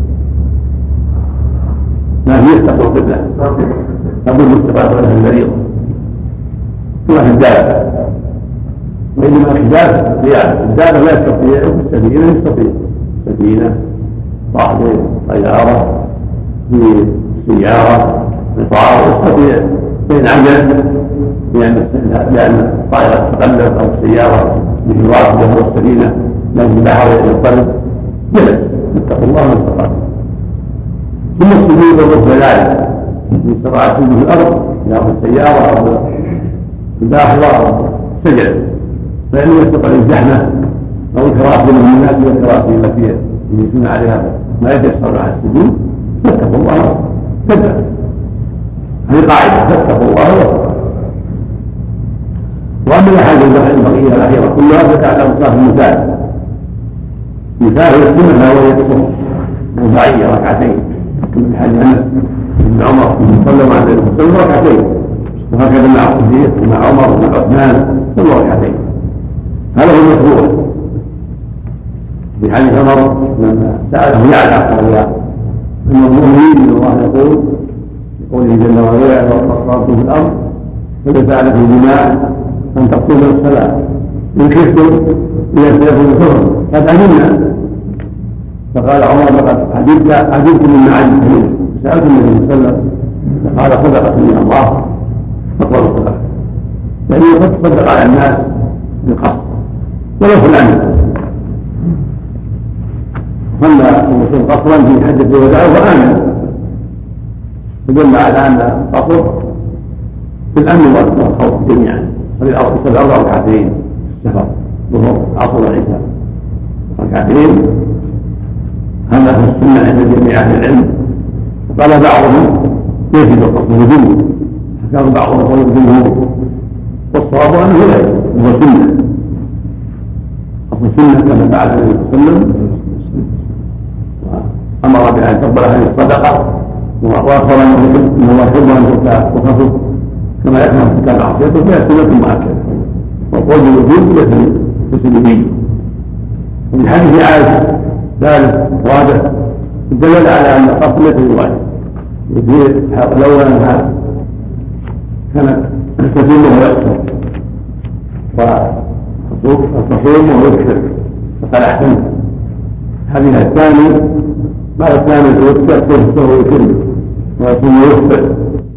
[SPEAKER 2] لكن يستقبل القبلة أقول مستقبل له الفريضة كما في الدابة. وإنما الحجاز القيام الدابة لا يستطيع في السفينة يستطيع سفينة طائرة طيارة في سيارة قطار يستطيع بين عجل لأن لأن الطائرة تتقلب أو السيارة مثل واحدة أو السفينة لأن البحر يضطرب جلس اتقوا الله ما استطعتم. ثم السجود والركوع ذلك إن استطاع السجود في الأرض أو في السيارة أو في الداخل سجد فإنه يستطيع الزحمة أو الكراسي من الناس والكراسي التي يجلسون عليها ما يتيسر مع السجود فاتقوا الله تبع هذه قاعدة فاتقوا الله. وأما الأحاديث البقية الأخيرة كلها تتعلق بصلاة المثال. مثال السنة وهو يقصر رباعية ركعتين كما في حديث أنس بن عمر صلى مع النبي صلى الله عليه وسلم ركعتين وهكذا مع الصديق ومع عمر ومع عثمان صلى ركعتين. هذا هو المشروع. في حديث عمر لما سأله يعلى قال أن المؤمنين من الله يقول بقوله جل وعلا وأقررتم في الأرض فليسألكم الدماء أن تقصوا الصلاة إن خفتم ليختلفوا الكفر قد علمنا. فقال عمر لقد عجبت عجبت مما علمت سألت النبي صلى الله عليه وسلم فقال صدقة من الله فاقبلوا الصلاة لأنه قد صدق على الناس بالقصد ولو فلان صلى الرسول قصرا في حجة الوداع وآمن يدل على أن القصر في الأمن والخوف جميعا. صلى أربع ركعتين في السفر ظهر عصر العشاء ركعتين هذا هو السنة عند جميع أهل العلم. قال بعضهم يجب القصر وجوبه فكان بعضهم يقول الجمهور والصواب أنه لا يجب هو سنة وسنة كما فعل النبي صلى الله عليه وسلم، وأمر بأن تقبل هذه الصدقة، وأخبر أن الله يحب أن تؤتى وخفف كما يكره ارتكاب معصيته، فهي سنة مؤكدة، والقول بالوجوب ليس بسنه. وفي حديث عائشة ثالث رابع دل على أن القصد ليس بواجب، لولا أنها كانت تتم ويقصر وتصوم ويكثر فقد أحسنت. الحديث الثاني بعد الثاني يكثر ويتم ويصوم ويكثر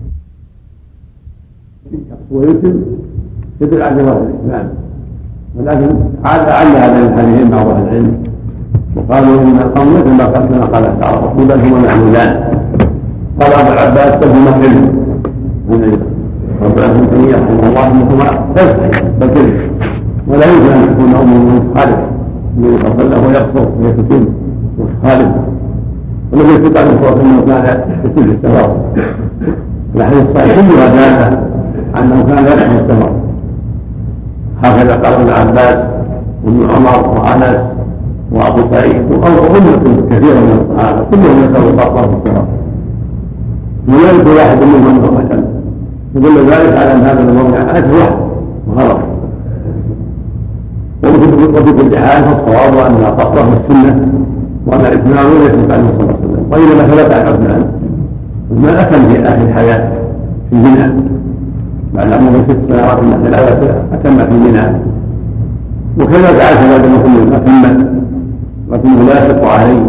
[SPEAKER 2] ويتم يدل على جواز الإسلام، ولكن عاد عل هذا الحديثين بعض أهل العلم وقالوا إن الأمر كما قال تعالى الرسول بل هما معمولان. قال أبو العباس تهما علم من علم رب ابن تيمية رحمه الله أنهما تزكي بل كذب، ولا يمكن أن يكون أمر خالف النبي صلى الله عليه وسلم ويقصر ويكتم خالف، ولم يثبت عن الرسول أنه كان يكتم السفر. الأحاديث الصحيحة كلها دالة أنه كان يكتم السفر، هكذا قال ابن عباس وابن عمر وأنس وأبو سعيد وأمة كثيرة من الصحابة كلهم يكتموا السفر في السفر، ولا يكون واحد منهم أنه مثلا يدل ذلك على أن هذا الموضع أكثر واحد وغلط. وفي كل حال فالصواب أن قصره السنة وأن الإتمام ليس بعد صلى الله عليه وسلم. وإنما ثبت عن عثمان عثمان أكل في آخر الحياة في منى بعد عمره ست سنوات من خلافته أتم في منى، وكذلك عاش بعد ما كل أتم لكنه لا يشق عليه،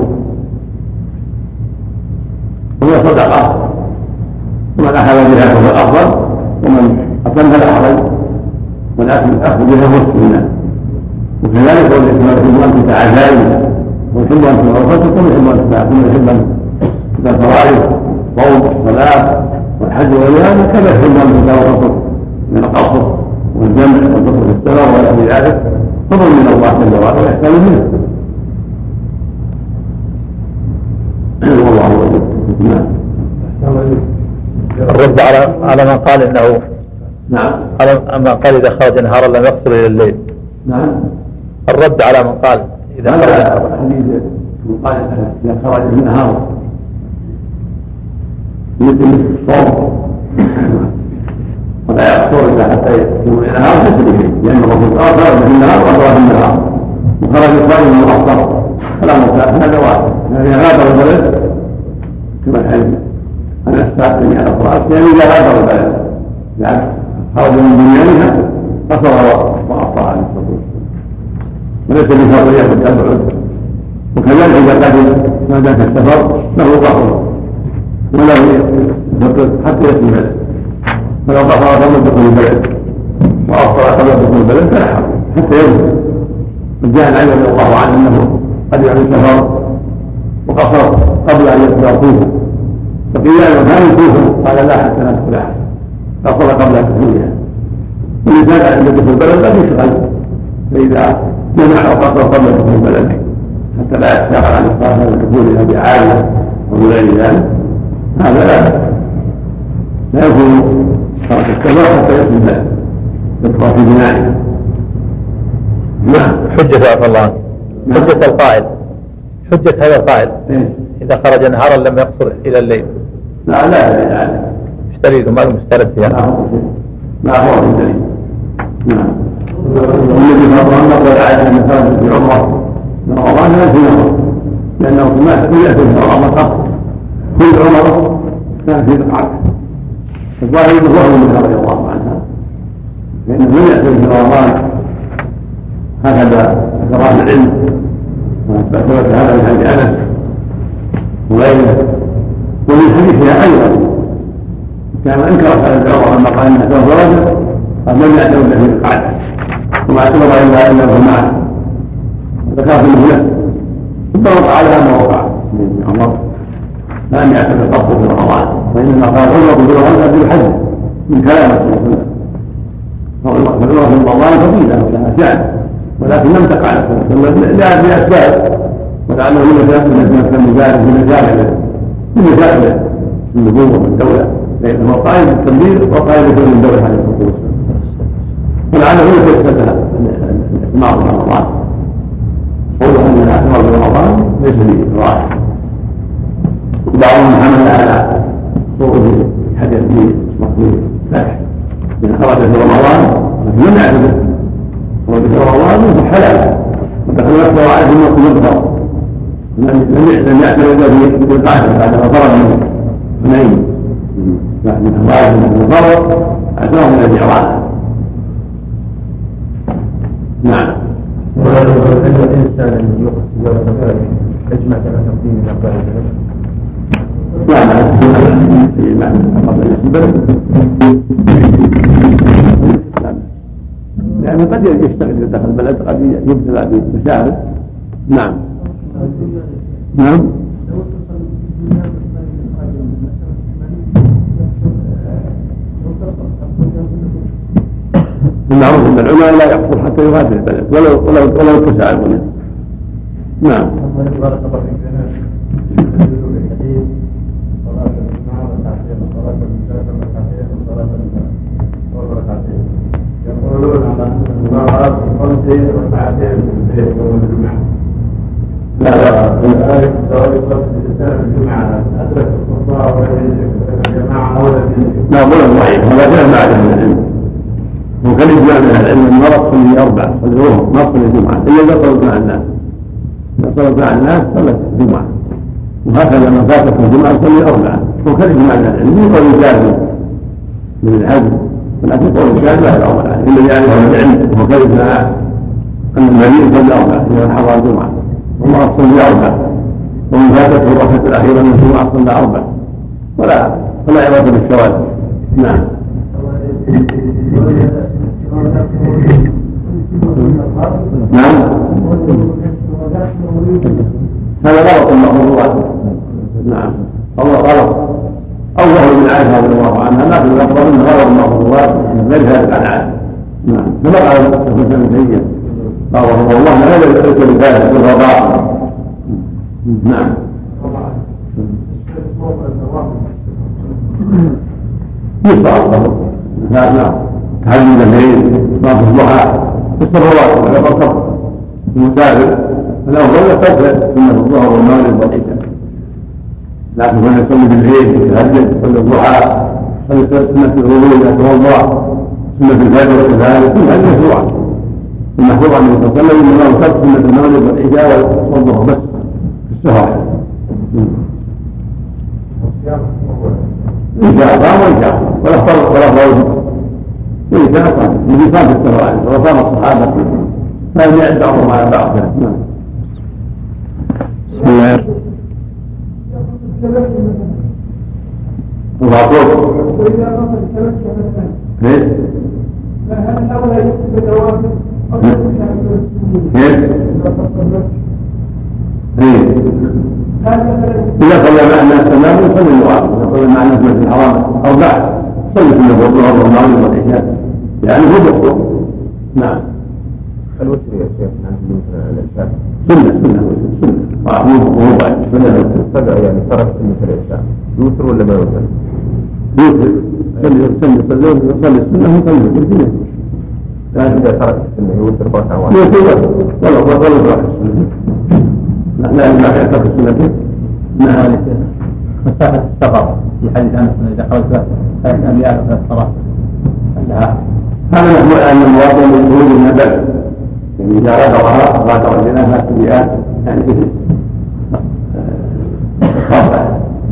[SPEAKER 2] وهي صدقة ومن أخذ بها فهو الأفضل ومن أتم فلا حرج، والأخذ بها هو السنة. وكذلك هو الإسلام يحب أن تتعزائم ويحب أن تتعرفت ويحب أن تتعلم ويحب أن تتفرائض صوم الصلاة والحج والجهاد كما يحب أن تتعرفت من القصر والجمع والقصر في السفر ولا في ذلك فضل من الله جل وعلا وإحسان منه. والله أعلم.
[SPEAKER 8] الرد على على من قال انه
[SPEAKER 2] نعم
[SPEAKER 8] على من قال اذا خرج نهارا لم يقصر الى الليل.
[SPEAKER 2] نعم
[SPEAKER 8] الرد على من قال اذا خرج
[SPEAKER 2] حديث من قال اذا خرج النهار مثل الصوم ولا يقصر الا حتى يكون النهار ليس به، لان الرسول قال خرج في النهار وقضى في النهار وخرج الصائم وافطر فلا مسافه، هذا واحد. اذا غادر البلد كما الحديث أنا أستعطني على القرآن يعني إذا غادر البلد يعني خرج من بنيانها قصر وأفطر عليه الصلاة والسلام، وليس بفضل يأخذ أبعد. وكذلك إذا قدم ما ذاك السفر له قصر وله يفطر حتى يأتي البلد، فلو قصر قبل دخول البلد وأفطر قبل دخول البلد فلا حرج حتى يوم. جاء العلم رضي الله عنه أنه قد يعمل السفر وقصر قبل أن يدخل الكوفة، فقيل له هذه الكوفة قال لا حتى ندخل أحد قصر قبل دخولها. ولذلك عند دخول البلد لا يشغل، فإذا جمع وقصر قبل دخول البلد حتى لا يشتغل عن الصلاة ودخولها بعالة أو غير ذلك هذا لا لا يكون ترك السفر حتى يدخل البلد يدخل في بنائه.
[SPEAKER 8] نعم. حجة عفى الله حجة القائل حجة هذا القائل إذا خرج نهارا لم يقصر إلى الليل.
[SPEAKER 2] لا لا يعني
[SPEAKER 8] مش دليل ما المستند فيها
[SPEAKER 2] ما هو دليل. نعم. والذي فرض أن نقول عائشة أن خرجت في عمرة من رمضان لا في عمرة، لأنه ما يأتي في رمضان قصر كل عمرة كان في ركعة، الظاهر أنه وهو من رضي الله عنها لأنه لم يأتي في رمضان هكذا ذكر العلم وثبت هذا من حديث أنس وغيره. ومن حديثها أيضا كان أنكر على عمر لما قال إنه توفى رجل قد لم يأتوا إلا في القعدة وما اعتبر إلا إلا الجماعة ذكر في المهلة ثم وقع على ما وقع من عمر لم يعتبر قصده في رمضان، وإنما قال عمر في رمضان في الحج من كلام رسول الله صلى الله عليه وسلم. فالعمر في رمضان فضيلة ولها شأن ولكن لم تقع على السنة لأسباب، ولعله من مكان المجالس من مجالس من مجالس النبوة والدولة، لأنه هو قائد بالتنبير وقائد بكل الدولة عليه الصلاة والسلام، ولعله من تثبتها الاعتمار في رمضان فتح إذا خرج في رمضان لم يعتبر خرج في رمضان فهو حلال ودخل أكثر عليه الوقت مظهر لم يعتبر في القعدة بعد ما فرغ من حنين من أموال من الضرر اعتبر من الإعراض. نعم.
[SPEAKER 1] ولو أن الإنسان أن يقصد يوم يجمع على تقديم الأقوال
[SPEAKER 2] لا لا في معنى قبل البلد لأنه قد يشتغل داخل البلد قد يبتلى بمشاغل. نعم نعم المعروف ان العلماء لا يقصر حتى يغادر البلد ولو ولو ولو اتسع البلد. نعم.
[SPEAKER 1] يقولون على المرأة خمس ركعتين في يوم الجمعة. لا لا الآية سواء يصلي الإنسان الجمعة أدرك الخطبة والجماعة أو
[SPEAKER 2] لا قول ضعيف هذا كلام بعد من العلم وكان يجمع من العلم المرأة تصلي أربع تصلي ظهر ما تصلي الجمعة إلا إذا صلت مع الناس إذا صلت مع الناس صلت الجمعة وهكذا من فاتت الجمعة تصلي أربعة وكان يجمع من العلم يقول الجاهل من الحج ولكن قول الشاهد لا يرى عليه الا يعني هو العلم وكيف ان النبي صلى اربعه اذا حضر الجمعه والله صلى اربعه ومن فاتته الركعه الاخيره من الجمعه صلى اربعه ولا فلا عبره بالشواذ. نعم. نعم هذا غلط المحظورات. نعم الله غلط أول من عائشة رضي الله عنها لكن الأفضل من غير المحظورات غير هذا عن عائشة. نعم كما قال ابن تيمية قال رحمه الله لا يلتفت لذلك بالرضاعة. نعم. يصاب نعم تحديد الليل صلاة الضحى في الصلوات ولا فرق المسافر الأفضل يستغفر سنة الظهر والمغرب والعشاء لكن من يصلي بالليل يتهجد يصلي الضحى يصلي سنة الغروب إذا توضأ سنة الفجر وكذلك كل هذه مشروعة. المحفوظ عن النبي صلى الله عليه وسلم انه ترك سنة المغرب والعشاء والظهر بس في السفر. إن شاء الله وإن شاء الله ولا فرق ولا فرق وإن شاء الله الذي كان في السفر وصام الصحابة فلم يعد بعضهم على بعض. نعم.
[SPEAKER 3] بسم الله
[SPEAKER 2] الرسول
[SPEAKER 7] وإذا نصل ثلاث شهادات
[SPEAKER 2] كيف؟
[SPEAKER 7] فهل الأولى يكتب الرواتب أو يكتب
[SPEAKER 2] كيف؟ ايه إذا صلى مع الناس تمام يصلي الرواتب، إذا صلى مع الناس في الحرام أربعة صلي في الظهر والمغرب والعشاء يعني هو دكتور. نعم.
[SPEAKER 1] الوتر يا شيخ عن الإنسان
[SPEAKER 2] سنة سنة سنة وهو بعد سنة
[SPEAKER 1] الصدق يعني ترك سنة الإنسان يوتر ولا ما يوتر؟
[SPEAKER 2] يوتر يصلي يصلي يصلي يصلي السنة ويصلي السنة.
[SPEAKER 1] لكن إذا ترك السنة يوتر ركعة واحدة.
[SPEAKER 2] يوتر ولا ولا ولا راح السنة. لا لا لا يترك السنة.
[SPEAKER 8] نعم. مسافة السفر في حديث أنس إذا خرج ثلاث أميال في الصلاة
[SPEAKER 2] هذا محمول أن المواطن من خروج النبأ يعني إذا غادرها غادر لنا سيئات يعني كثير خاصة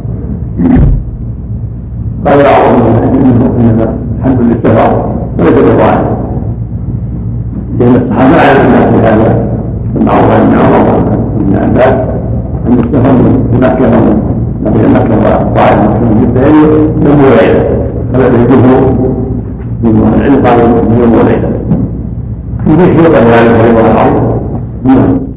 [SPEAKER 2] قال بعضهم إنما الحمد للسفر وليس بالظاهر لأن الصحابة على الناس بهذا المعروف عن عمر بن عباس أن السفر في مكة ومن مكة وطائف من جدة يوم وليلة فلا يجوز من العلم قالوا يوم وليلة في شيء غير ذلك غير العرض.